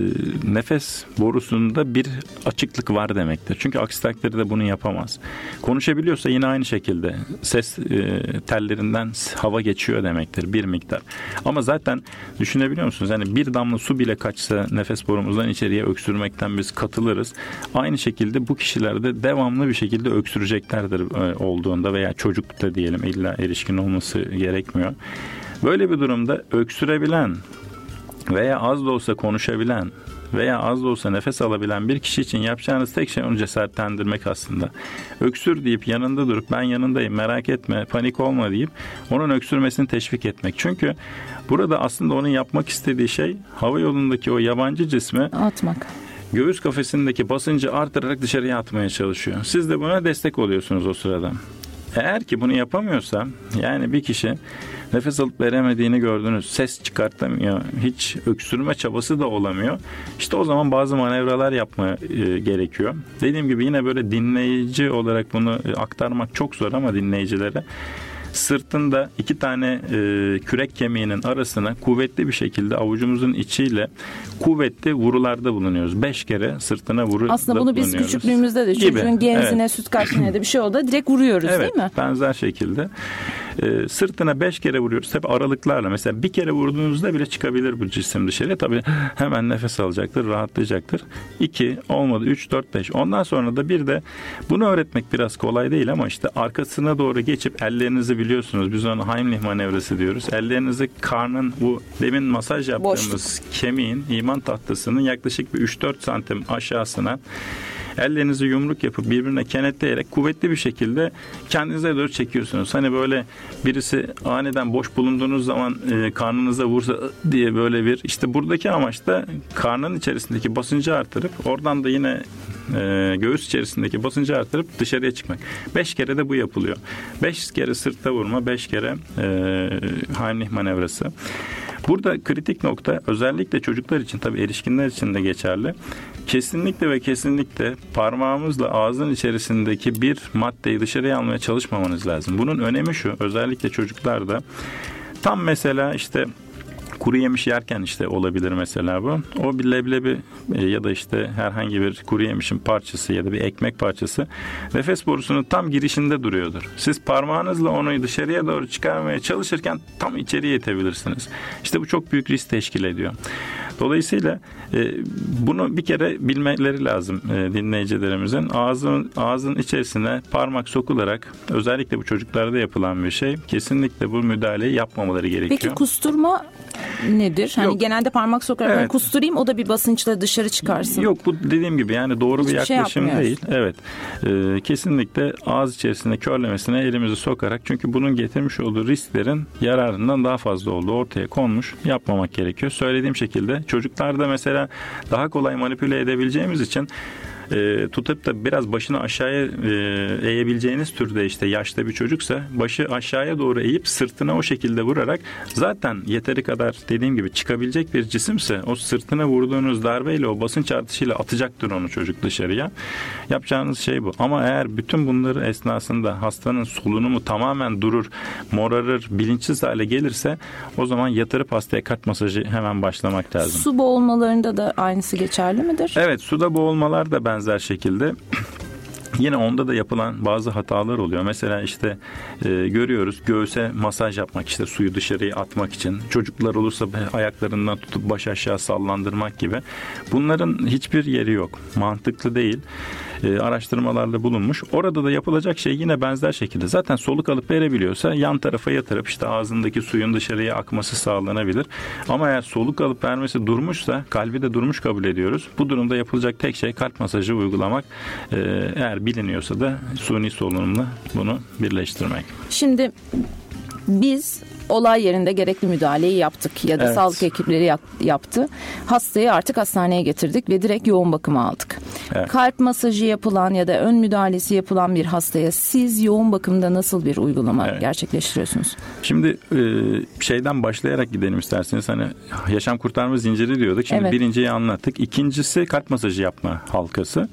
nefes borusunda bir açıklık var demektir. Çünkü aksi takdirde bunu yapamaz. Konuşabiliyorsa yine aynı şekilde ses tellerinden hava geçiyor demektir bir miktar. Ama zaten düşünebiliyor musunuz? Yani bir damla su bile kaçsa nefes borumuzdan içeriye öksürmekten biz katılırız. Aynı şekilde bu kişilerde devamlı bir şekilde öksüreceklerdir olduğunda veya çocuk da diyelim illa erişkin olması gerekmiyor. Böyle bir durumda öksürebilen veya az da olsa konuşabilen veya az da olsa nefes alabilen bir kişi için yapacağınız tek şey onu cesaretlendirmek aslında. Öksür deyip yanında durup ben yanındayım merak etme panik olma deyip onun öksürmesini teşvik etmek. Çünkü burada aslında onun yapmak istediği şey hava yolundaki o yabancı cismi atmak. Göğüs kafesindeki basıncı artırarak dışarıya atmaya çalışıyor. Siz de buna destek oluyorsunuz o sırada. Eğer ki bunu yapamıyorsa yani bir kişi nefes alıp veremediğini gördünüz, ses çıkartamıyor, hiç öksürme çabası da olamıyor. İşte o zaman bazı manevralar yapma gerekiyor. Dediğim gibi yine böyle dinleyici olarak bunu aktarmak çok zor ama dinleyicilere sırtında 2 tane kürek kemiğinin arasına kuvvetli bir şekilde avucumuzun içiyle kuvvetli vurularda bulunuyoruz. 5 kere sırtına vuru. Aslında bunu biz küçüklüğümüzde de çocuğun genzine, süt kaçmaya da bir şey oldu. Direkt vuruyoruz değil mi? Evet, benzer şekilde. Sırtına 5 kere vuruyoruz. Hep aralıklarla. Mesela bir kere vurduğunuzda bile çıkabilir bu cisim dışarıya. Tabii hemen nefes alacaktır, rahatlayacaktır. 2, olmadı 3, 4, 5. Ondan sonra da bir de bunu öğretmek biraz kolay değil ama işte arkasına doğru geçip ellerinizi biliyorsunuz. Biz ona Heimlich manevrası diyoruz. Ellerinizi karnın bu demin masaj yaptığımız kemiğin, iman tahtasının yaklaşık bir 3-4 santim aşağısına ellerinizi yumruk yapıp birbirine kenetleyerek kuvvetli bir şekilde kendinize doğru çekiyorsunuz. Hani böyle birisi aniden boş bulunduğunuz zaman karnınıza vursa diye böyle bir işte buradaki amaç da karnın içerisindeki basıncı artırıp oradan da yine göğüs içerisindeki basıncı artırıp dışarıya çıkmak. 5 kere de bu yapılıyor. 5 kere sırta vurma, 5 kere Heimlich manevrası. Burada kritik nokta özellikle çocuklar için tabii erişkinler için de geçerli. Kesinlikle ve kesinlikle parmağımızla ağzın içerisindeki bir maddeyi dışarıya almaya çalışmamanız lazım. Bunun önemi şu, özellikle çocuklarda tam mesela işte kuru yemiş yerken işte olabilir mesela bu. O bir leblebi ya da işte herhangi bir kuru yemişin parçası ya da bir ekmek parçası nefes borusunun tam girişinde duruyordur. Siz parmağınızla onu dışarıya doğru çıkarmaya çalışırken tam içeriye itebilirsiniz. İşte bu çok büyük risk teşkil ediyor. Dolayısıyla bunu bir kere bilmeleri lazım dinleyicilerimizin. Ağzın içerisine parmak sokularak, özellikle bu çocuklarda yapılan bir şey, kesinlikle bu müdahaleyi yapmamaları gerekiyor. Peki kusturma nedir? Hani Yok. genelde parmak sokarak Evet. kusturayım, o da bir basınçla dışarı çıkarsın. Yok, bu dediğim gibi yani doğru Hiçbir bir yaklaşım şey değil. Evet. Kesinlikle ağız içerisine körlemesine elimizi sokarak, çünkü bunun getirmiş olduğu risklerin yararından daha fazla olduğu ortaya konmuş, yapmamak gerekiyor. Söylediğim şekilde çocuklarda mesela daha kolay manipüle edebileceğimiz için tutup da biraz başını aşağıya eğebileceğiniz türde, işte yaşta bir çocuksa başı aşağıya doğru eğip sırtına o şekilde vurarak, zaten yeteri kadar dediğim gibi çıkabilecek bir cisimse o sırtına vurduğunuz darbeyle, o basınç artışıyla atacaktır onu çocuk dışarıya. Yapacağınız şey bu. Ama eğer bütün bunları esnasında hastanın solunumu tamamen durur, morarır, bilinçsiz hale gelirse, o zaman yatırıp hastaya kalp masajı hemen başlamak lazım. Su boğulmalarında da aynısı geçerli midir? Evet, suda boğulmalar da benzer şekilde. Yine onda da yapılan bazı hatalar oluyor. Mesela işte görüyoruz, göğüse masaj yapmak, işte suyu dışarıya atmak için. Çocuklar olursa ayaklarından tutup baş aşağı sallandırmak gibi. Bunların hiçbir yeri yok. Mantıklı değil. Araştırmalarla bulunmuş. Orada da yapılacak şey yine benzer şekilde. Zaten soluk alıp verebiliyorsa yan tarafa yatırıp işte ağzındaki suyun dışarıya akması sağlanabilir. Ama eğer soluk alıp vermesi durmuşsa, kalbi de durmuş kabul ediyoruz. Bu durumda yapılacak tek şey kalp masajı uygulamak. Eğer biliniyorsa da suni solunumla bunu birleştirmek. Şimdi biz olay yerinde gerekli müdahaleyi yaptık ya da Evet. sağlık ekipleri yaptı. Hastayı artık hastaneye getirdik ve direkt yoğun bakıma aldık. Evet. Kalp masajı yapılan ya da ön müdahalesi yapılan bir hastaya siz yoğun bakımda nasıl bir uygulama gerçekleştiriyorsunuz? Şimdi şeyden başlayarak gidelim isterseniz. Hani yaşam kurtarma zinciri diyorduk. Şimdi Evet. birinciyi anlattık. İkincisi kalp masajı yapma halkası.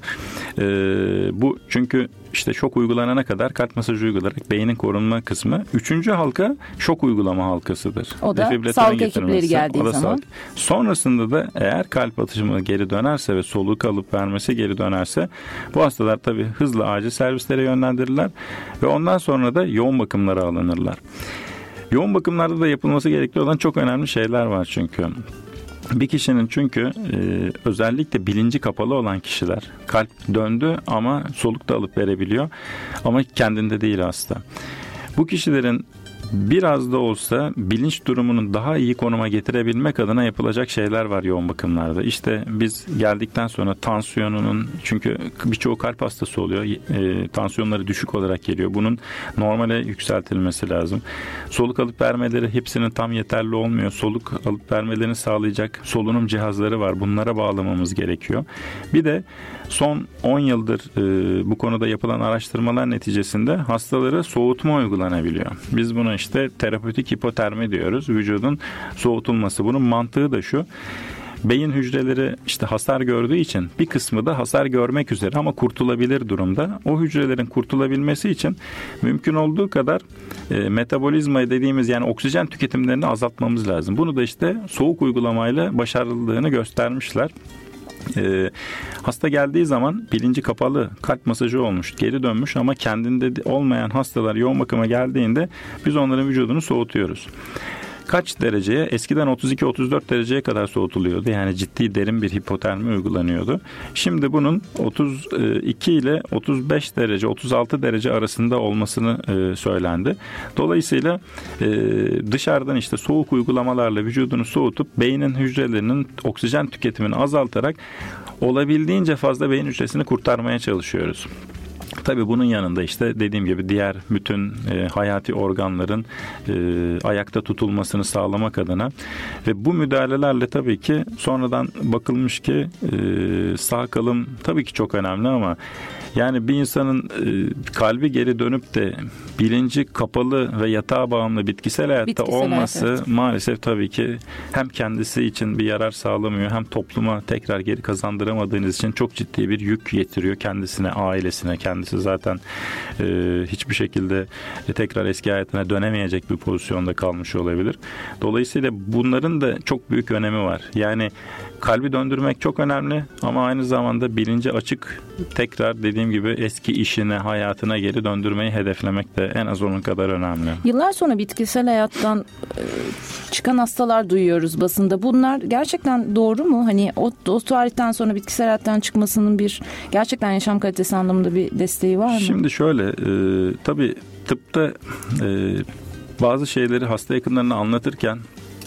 Bu çünkü işte şok uygulanana kadar kalp masajı uygularak beynin korunma kısmı. Üçüncü halka şok uygulama halkasıdır. O da Defibrilatörün sağlık getirilmesi. ekipleri geldiği O da zaman. sağlık. Sonrasında da eğer kalp atışımı geri dönerse ve soluk alıp vermesi geri dönerse, bu hastalar tabii hızla acil servislere yönlendirirler ve ondan sonra da yoğun bakımlara alınırlar. Yoğun bakımlarda da yapılması gerekli olan çok önemli şeyler var çünkü. Bir kişinin çünkü özellikle bilinci kapalı olan kişiler, kalp döndü ama soluk da alıp verebiliyor ama kendinde değil hasta. Bu kişilerin biraz da olsa bilinç durumunu daha iyi konuma getirebilmek adına yapılacak şeyler var yoğun bakımlarda. İşte biz geldikten sonra tansiyonunun, çünkü birçoğu kalp hastası oluyor, tansiyonları düşük olarak geliyor. Bunun normale yükseltilmesi lazım. Soluk alıp vermeleri hepsinin tam yeterli olmuyor. Soluk alıp vermelerini sağlayacak solunum cihazları var. Bunlara bağlamamız gerekiyor. Bir de son 10 yıldır bu konuda yapılan araştırmalar neticesinde hastalara soğutma uygulanabiliyor. Biz buna işte terapötik hipotermi diyoruz. Vücudun soğutulması. Bunun mantığı da şu: beyin hücreleri işte hasar gördüğü için bir kısmı da hasar görmek üzere ama kurtulabilir durumda. O hücrelerin kurtulabilmesi için mümkün olduğu kadar metabolizma dediğimiz, yani oksijen tüketimlerini azaltmamız lazım. Bunu da işte soğuk uygulamayla başarıldığını göstermişler. Hasta geldiği zaman bilinci kapalı, kalp masajı olmuş, geri dönmüş ama kendinde olmayan hastalar yoğun bakıma geldiğinde biz onların vücudunu soğutuyoruz. Kaç dereceye? Eskiden 32-34 dereceye kadar soğutuluyordu. Yani ciddi derin bir hipotermi uygulanıyordu. Şimdi bunun 32 ile 35 derece, 36 derece arasında olmasını söylendi. Dolayısıyla dışarıdan işte soğuk uygulamalarla vücudunu soğutup beynin hücrelerinin oksijen tüketimini azaltarak olabildiğince fazla beyin hücresini kurtarmaya çalışıyoruz. Tabii bunun yanında işte dediğim gibi diğer bütün hayati organların ayakta tutulmasını sağlamak adına ve bu müdahalelerle tabii ki sonradan bakılmış ki sağ kalım tabii ki çok önemli ama yani bir insanın kalbi geri dönüp de bilinci kapalı ve yatağa bağımlı bitkisel hayatta olması maalesef tabii ki hem kendisi için bir yarar sağlamıyor, hem topluma tekrar geri kazandıramadığınız için çok ciddi bir yük getiriyor kendisine, ailesine, kendisi sonrası zaten hiçbir şekilde tekrar eski hayatına dönemeyecek bir pozisyonda kalmış olabilir. Dolayısıyla bunların da çok büyük önemi var. Yani kalbi döndürmek çok önemli ama aynı zamanda bilinci açık, tekrar dediğim gibi eski işine, hayatına geri döndürmeyi hedeflemek de en az onun kadar önemli. Yıllar sonra bitkisel hayattan çıkan hastalar duyuyoruz basında. Bunlar gerçekten doğru mu? Hani o tarihten sonra bitkisel hayattan çıkmasının bir gerçekten yaşam kalitesi anlamında bir desteği var mı? Şimdi şöyle, tabii tıpta bazı şeyleri hasta yakınlarına anlatırken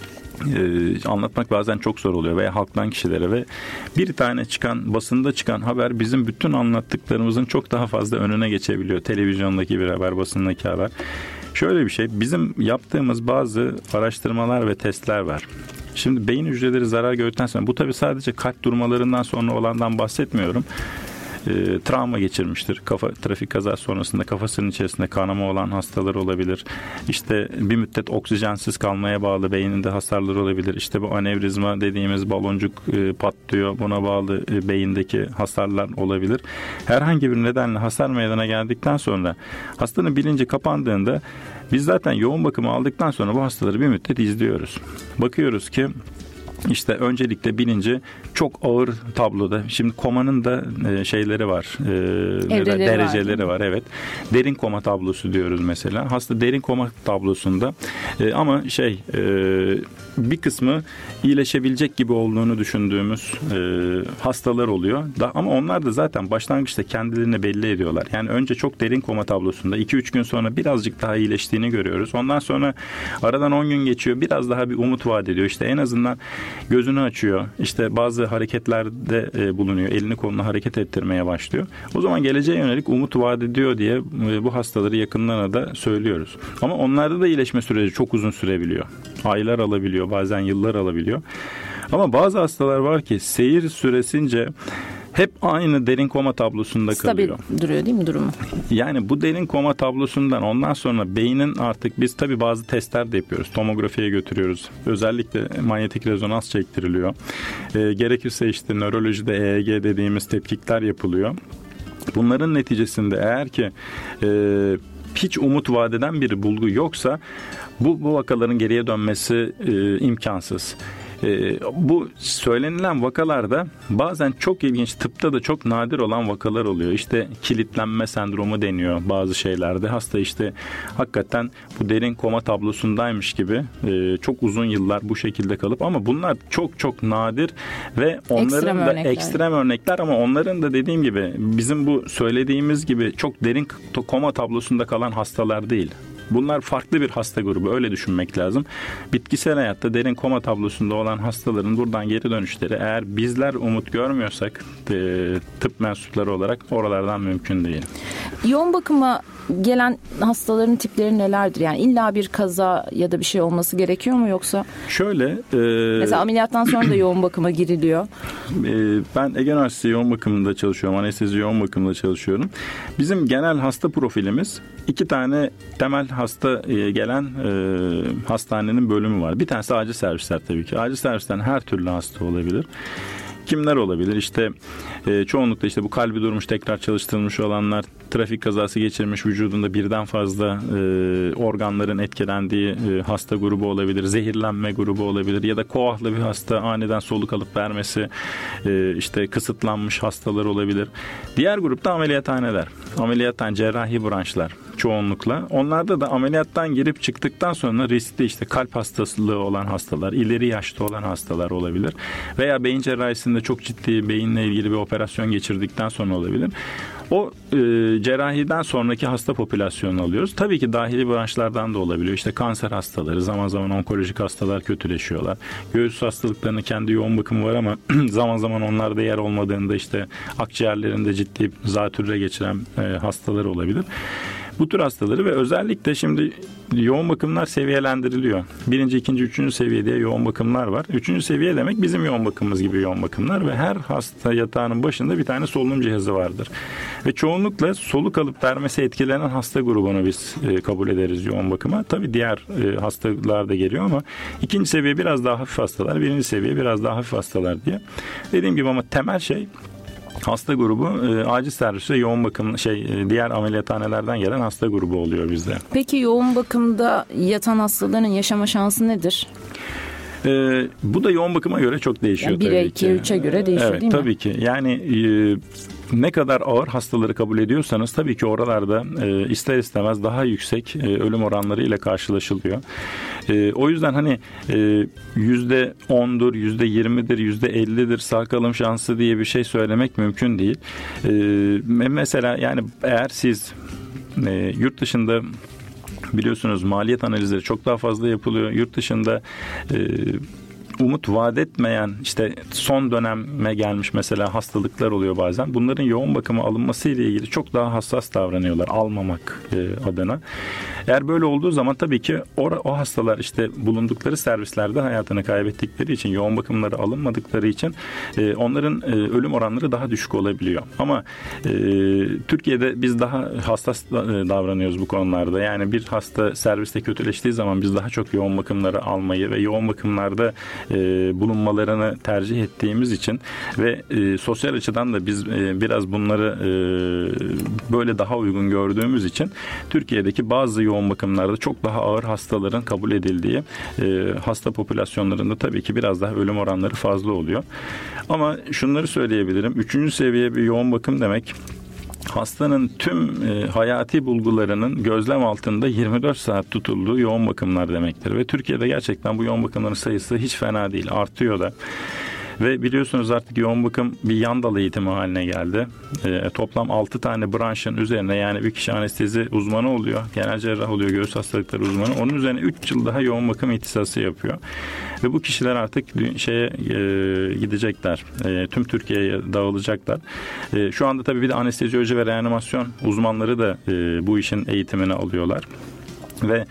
anlatmak bazen çok zor oluyor veya halktan kişilere ve bir tane çıkan, basında çıkan haber bizim bütün anlattıklarımızın çok daha fazla önüne geçebiliyor. Televizyondaki bir haber, basındaki haber. Şöyle bir şey, bizim yaptığımız bazı araştırmalar ve testler var. Şimdi beyin hücreleri zarar gördükten sonra, bu tabii sadece kalp durmalarından sonra olandan bahsetmiyorum. Travma geçirmiştir. Trafik kazası sonrasında kafasının içerisinde kanama olan hastalar olabilir. İşte bir müddet oksijensiz kalmaya bağlı beyninde hasarlar olabilir. İşte bu anevrizma dediğimiz baloncuk patlıyor. Buna bağlı beyindeki hasarlar olabilir. Herhangi bir nedenle hasar meydana geldikten sonra hastanın bilinci kapandığında biz zaten yoğun bakımı aldıktan sonra bu hastaları bir müddet izliyoruz. Bakıyoruz ki İşte öncelikle bilinci çok ağır tabloda. Şimdi komanın da şeyleri var. Dereceleri var. Evet. Derin koma tablosu diyoruz mesela. Hasta derin koma tablosunda ama bir kısmı iyileşebilecek gibi olduğunu düşündüğümüz hastalar oluyor. Ama onlar da zaten başlangıçta kendilerini belli ediyorlar. Yani önce çok derin koma tablosunda 2-3 gün sonra birazcık daha iyileştiğini görüyoruz. Ondan sonra aradan 10 gün geçiyor. Biraz daha bir umut vaat ediyor. İşte en azından gözünü açıyor. İşte bazı hareketlerde bulunuyor. Elini kolunu hareket ettirmeye başlıyor. O zaman geleceğe yönelik umut vaat ediyor diye bu hastaları yakınlarına da söylüyoruz. Ama onlarda da iyileşme süreci çok uzun sürebiliyor. Aylar alabiliyor. Bazen yıllar alabiliyor. Ama bazı hastalar var ki seyir süresince hep aynı derin koma tablosunda kalıyor. Stabil duruyor değil mi durumu? Yani bu derin koma tablosundan ondan sonra beynin artık biz tabii bazı testler de yapıyoruz. Tomografiye götürüyoruz. Özellikle manyetik rezonans çektiriliyor. Gerekirse işte nörolojide EEG dediğimiz tetkikler yapılıyor. Bunların neticesinde eğer ki hiç umut vaat eden bir bulgu yoksa bu vakaların geriye dönmesi imkansız. Bu söylenilen vakalarda bazen çok ilginç, tıpta da çok nadir olan vakalar oluyor. İşte kilitlenme sendromu deniyor bazı şeylerde. Hasta işte hakikaten bu derin koma tablosundaymış gibi çok uzun yıllar bu şekilde kalıp, ama bunlar çok çok nadir ve onların ekstrem örnekler ama onların da dediğim gibi bizim bu söylediğimiz gibi çok derin koma tablosunda kalan hastalar değil. Bunlar farklı bir hasta grubu, öyle düşünmek lazım. Bitkisel hayatta derin koma tablosunda olan hastaların buradan geri dönüşleri eğer bizler umut görmüyorsak tıp mensupları olarak oralardan mümkün değil. Yoğun bakıma gelen hastaların tipleri nelerdir? Yani illa bir kaza ya da bir şey olması gerekiyor mu yoksa? Şöyle. Mesela ameliyattan sonra da yoğun bakıma giriliyor. Ben Ege Üniversitesi yoğun bakımında çalışıyorum. Anestezi yoğun bakımında çalışıyorum. Bizim genel hasta profilimiz 2 tane temel hasta gelen hastanenin bölümü var. Bir tanesi acil servisler tabii ki. Acil servisten her türlü hasta olabilir. Kimler olabilir? İşte çoğunlukla işte bu kalbi durmuş, tekrar çalıştırılmış olanlar, trafik kazası geçirmiş, vücudunda birden fazla organların etkilendiği hasta grubu olabilir, zehirlenme grubu olabilir ya da koahlı bir hasta aniden soluk alıp vermesi, işte kısıtlanmış hastalar olabilir. Diğer grupta ameliyathaneler, ameliyathane, cerrahi branşlar çoğunlukla. Onlarda da ameliyattan girip çıktıktan sonra riskli işte kalp hastalığı olan hastalar, ileri yaşta olan hastalar olabilir veya beyin cerrahisinde çok ciddi beyinle ilgili bir operasyon geçirdikten sonra olabilir. O cerrahiden sonraki hasta popülasyonu alıyoruz. Tabii ki dahili branşlardan da olabiliyor. İşte kanser hastaları, zaman zaman onkolojik hastalar kötüleşiyorlar. Göğüs hastalıklarının kendi yoğun bakımı var ama zaman zaman onlarda yer olmadığında işte akciğerlerinde ciddi zatürre geçiren hastalar olabilir. Bu tür hastaları ve özellikle şimdi yoğun bakımlar seviyelendiriliyor. 1., 2., 3. seviye diye yoğun bakımlar var. 3. seviye demek bizim yoğun bakımımız gibi yoğun bakımlar ve her hasta yatağının başında bir tane solunum cihazı vardır. Ve çoğunlukla soluk alıp vermesi etkilenen hasta grubunu biz kabul ederiz yoğun bakıma. Tabii diğer hastalar da geliyor ama 2. seviye biraz daha hafif hastalar, 1. seviye biraz daha hafif hastalar diye. Dediğim gibi ama temel şey hasta grubu acil servis ve yoğun bakım diğer ameliyathanelerden gelen hasta grubu oluyor bizde. Peki yoğun bakımda yatan hastaların yaşama şansı nedir? Bu da yoğun bakıma göre çok değişiyor yani tabii 1'e, 2'ye, 3'e göre değişiyor evet, değil mi? Tabii ki. Yani ne kadar ağır hastaları kabul ediyorsanız tabii ki oralarda ister istemez daha yüksek ölüm oranları ile karşılaşılıyor. O yüzden hani %10'dur, %20'dir, %50'dir sağ kalım şansı diye bir şey söylemek mümkün değil. Mesela yani eğer siz yurt dışında biliyorsunuz maliyet analizleri çok daha fazla yapılıyor. Yurt dışında umut vaat etmeyen işte son döneme gelmiş mesela hastalıklar oluyor bazen. Bunların yoğun bakıma alınması ile ilgili çok daha hassas davranıyorlar almamak adına. Eğer böyle olduğu zaman tabii ki o hastalar işte bulundukları servislerde hayatını kaybettikleri için, yoğun bakımları alınmadıkları için onların ölüm oranları daha düşük olabiliyor. Ama Türkiye'de biz daha hassas davranıyoruz bu konularda. Yani bir hasta serviste kötüleştiği zaman biz daha çok yoğun bakımları almayı ve yoğun bakımlarda bulunmalarını tercih ettiğimiz için ve sosyal açıdan da biz biraz bunları böyle daha uygun gördüğümüz için Türkiye'deki bazı yoğun bakımlarda çok daha ağır hastaların kabul edildiği hasta popülasyonlarında tabii ki biraz daha ölüm oranları fazla oluyor. Ama şunları söyleyebilirim. 3. seviye bir yoğun bakım demek hastanın tüm hayati bulgularının gözlem altında 24 saat tutulduğu yoğun bakımlar demektir. Ve Türkiye'de gerçekten bu yoğun bakımların sayısı hiç fena değil, artıyor da. Ve biliyorsunuz artık yoğun bakım bir yan dal eğitimi haline geldi. Toplam 6 tane branşın üzerine, yani bir kişi anestezi uzmanı oluyor, genel cerrah oluyor, göğüs hastalıkları uzmanı. Onun üzerine 3 yıl daha yoğun bakım ihtisası yapıyor. Ve bu kişiler artık gidecekler. Tüm Türkiye'ye dağılacaklar. Şu anda tabii bir de anestezioloji ve reanimasyon uzmanları da bu işin eğitimini alıyorlar. Ve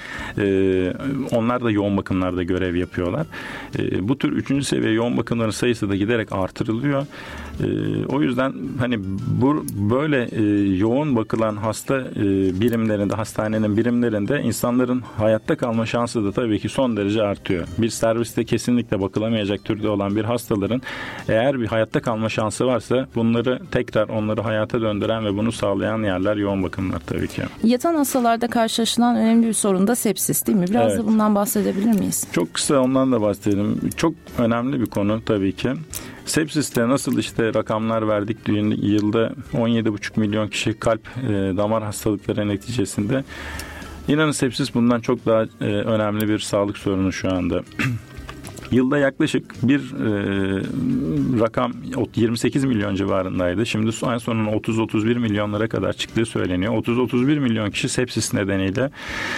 onlar da yoğun bakımlarda görev yapıyorlar. Bu tür 3. seviye yoğun bakımların sayısı da giderek artırılıyor. O yüzden hani böyle yoğun bakılan hasta birimlerinde, hastanenin birimlerinde insanların hayatta kalma şansı da tabii ki son derece artıyor. Bir serviste kesinlikle bakılamayacak türde olan bir hastaların eğer bir hayatta kalma şansı varsa bunları tekrar onları hayata döndüren ve bunu sağlayan yerler yoğun bakımlar tabii ki. Yatan hastalarda karşılaşılan önemli bir sorun da sepsis değil mi? Biraz da bundan bahsedebilir miyiz? Çok kısa ondan da bahsedelim. Çok önemli bir konu tabii ki. Sepsiste nasıl işte rakamlar verdik, yılda 17,5 milyon kişi kalp damar hastalıkları neticesinde. İnanın sepsis bundan çok daha önemli bir sağlık sorunu şu anda. Yılda yaklaşık bir rakam 28 milyon civarındaydı. Şimdi en sonunda 30-31 milyonlara kadar çıktığı söyleniyor. 30-31 milyon kişi sepsis nedeniyle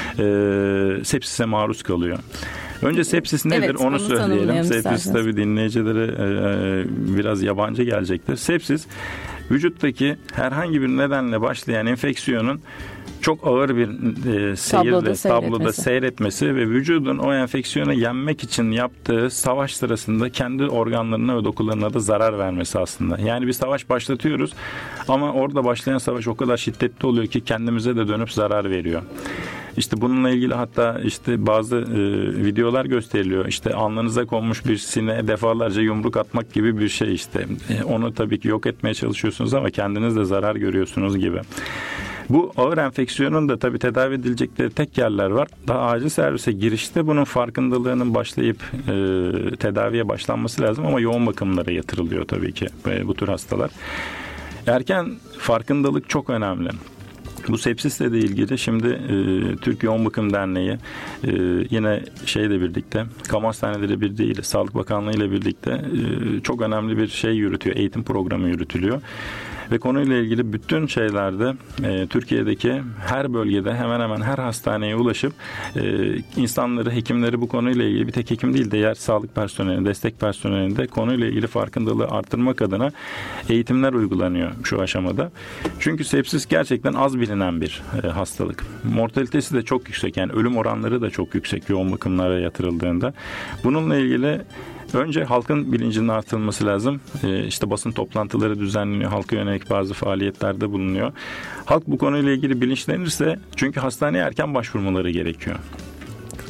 sepsise maruz kalıyor. Önce sepsis nedir onu söyleyelim. Sepsis tabii dinleyicilere biraz yabancı gelecektir. Sepsis vücuttaki herhangi bir nedenle başlayan enfeksiyonun çok ağır bir tabloda seyretmesi ve vücudun o enfeksiyonu yenmek için yaptığı savaş sırasında kendi organlarına ve dokularına da zarar vermesi aslında. Yani bir savaş başlatıyoruz ama orada başlayan savaş o kadar şiddetli oluyor ki kendimize de dönüp zarar veriyor. İşte bununla ilgili hatta işte bazı videolar gösteriliyor. İşte alnınıza konmuş bir sineğe defalarca yumruk atmak gibi bir şey işte. Onu tabii ki yok etmeye çalışıyorsunuz ama kendiniz de zarar görüyorsunuz gibi. Bu ağır enfeksiyonun da tabii tedavi edilecekleri tek yerler var. Daha acil servise girişte bunun farkındalığının başlayıp tedaviye başlanması lazım ama yoğun bakımlara yatırılıyor tabii ki bu tür hastalar. Erken farkındalık çok önemli. Bu sepsisle de ilgili şimdi Türk Yoğun Bakım Derneği yine birlikte, Kamu Hastaneleri Birliği ile Sağlık Bakanlığı ile birlikte çok önemli bir şey yürütüyor. Eğitim programı yürütülüyor. Ve konuyla ilgili bütün şeylerde Türkiye'deki her bölgede hemen hemen her hastaneye ulaşıp insanları, hekimleri bu konuyla ilgili bir tek hekim değil diğer sağlık personeli, destek personelinde konuyla ilgili farkındalığı arttırmak adına eğitimler uygulanıyor şu aşamada. Çünkü sepsis gerçekten az bilinen bir hastalık. Mortalitesi de çok yüksek, yani ölüm oranları da çok yüksek yoğun bakımlara yatırıldığında. Bununla ilgili önce halkın bilincinin artırılması lazım. İşte basın toplantıları düzenleniyor. Halka yönelik bazı faaliyetlerde bulunuyor. Halk bu konuyla ilgili bilinçlenirse, çünkü hastaneye erken başvurmaları gerekiyor.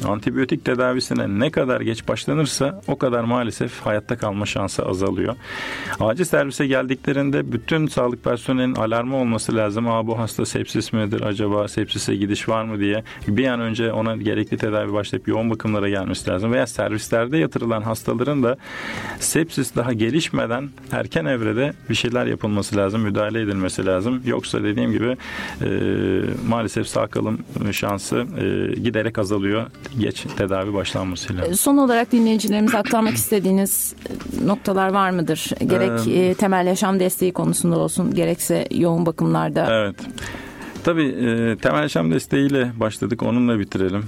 Antibiyotik tedavisine ne kadar geç başlanırsa o kadar maalesef hayatta kalma şansı azalıyor. Acil servise geldiklerinde bütün sağlık personelinin alarmı olması lazım. Bu hasta sepsis midir acaba, sepsise gidiş var mı diye bir an önce ona gerekli tedavi başlayıp yoğun bakımlara gelmesi lazım. Veya servislerde yatırılan hastaların da sepsis daha gelişmeden erken evrede bir şeyler yapılması lazım, müdahale edilmesi lazım. Yoksa dediğim gibi maalesef sağ kalım şansı giderek azalıyor geç tedavi başlanmasıyla. Son olarak dinleyicilerimize aktarmak istediğiniz noktalar var mıdır? Gerek temel yaşam desteği konusunda olsun, gerekse yoğun bakımlarda. Evet. Tabii temel yaşam desteğiyle başladık, onunla bitirelim.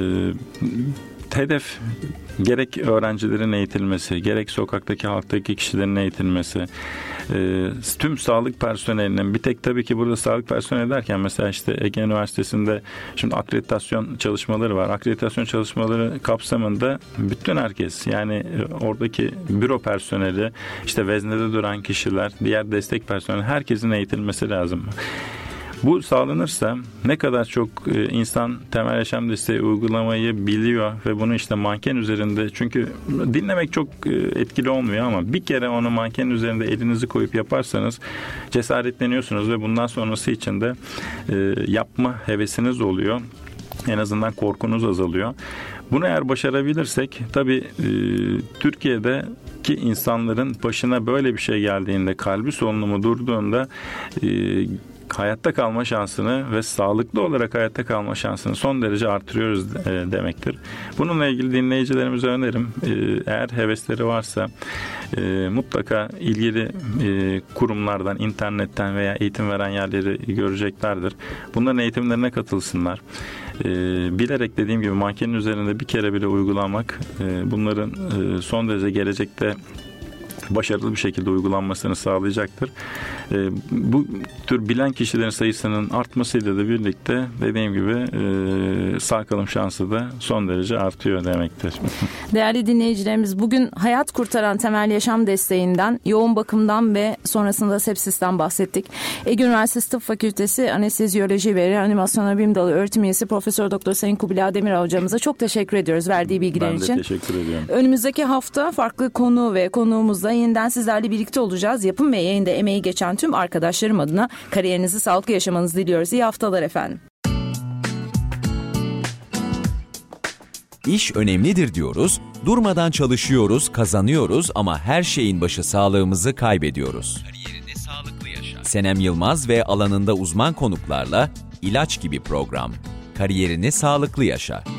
Hedef gerek öğrencilerin eğitilmesi, gerek sokaktaki halktaki kişilerin eğitilmesi, tüm sağlık personelinin, bir tek tabii ki burada sağlık personeli derken mesela işte Ege Üniversitesi'nde şimdi akreditasyon çalışmaları var. Akreditasyon çalışmaları kapsamında bütün herkes, yani oradaki büro personeli, işte veznede duran kişiler, diğer destek personeli, herkesin eğitilmesi lazım. Bu sağlanırsa ne kadar çok insan temel yaşam desteği uygulamayı biliyor ve bunu işte manken üzerinde, çünkü dinlemek çok etkili olmuyor ama bir kere onu manken üzerinde elinizi koyup yaparsanız cesaretleniyorsunuz ve bundan sonrası için de yapma hevesiniz oluyor. En azından korkunuz azalıyor. Bunu eğer başarabilirsek tabii Türkiye'deki insanların başına böyle bir şey geldiğinde, kalbi solunumu durduğunda hayatta kalma şansını ve sağlıklı olarak hayatta kalma şansını son derece artırıyoruz demektir. Bununla ilgili dinleyicilerimize önerim. Eğer hevesleri varsa mutlaka ilgili kurumlardan, internetten veya eğitim veren yerleri göreceklerdir. Bunların eğitimlerine katılsınlar. Bilerek, dediğim gibi, mankenin üzerinde bir kere bile uygulamak bunların son derece gelecekte başarılı bir şekilde uygulanmasını sağlayacaktır. Bu tür bilen kişilerin sayısının artmasıyla da birlikte dediğim gibi sağ kalım şansı da son derece artıyor demektir. Değerli dinleyicilerimiz, bugün hayat kurtaran temel yaşam desteğinden, yoğun bakımdan ve sonrasında sepsisten bahsettik. Ege Üniversitesi Tıp Fakültesi Anestezyoloji ve Reanimasyon Bilim Dalı öğretim üyesi Profesör Doktor Sayın Kubilay Demirağ hocamıza çok teşekkür ediyoruz verdiği bilgiler için. Ben de teşekkür ediyorum. Önümüzdeki hafta farklı konu ve konuğumuzla yeniden sizlerle birlikte olacağız. Yapım ve yayında emeği geçen tüm arkadaşlarım adına kariyerinizi sağlıklı yaşamanızı diliyoruz. İyi haftalar efendim. İş önemlidir diyoruz, durmadan çalışıyoruz, kazanıyoruz ama her şeyin başı sağlığımızı kaybediyoruz. Kariyerini sağlıklı yaşa. Senem Yılmaz ve alanında uzman konuklarla ilaç gibi program. Kariyerini sağlıklı yaşa.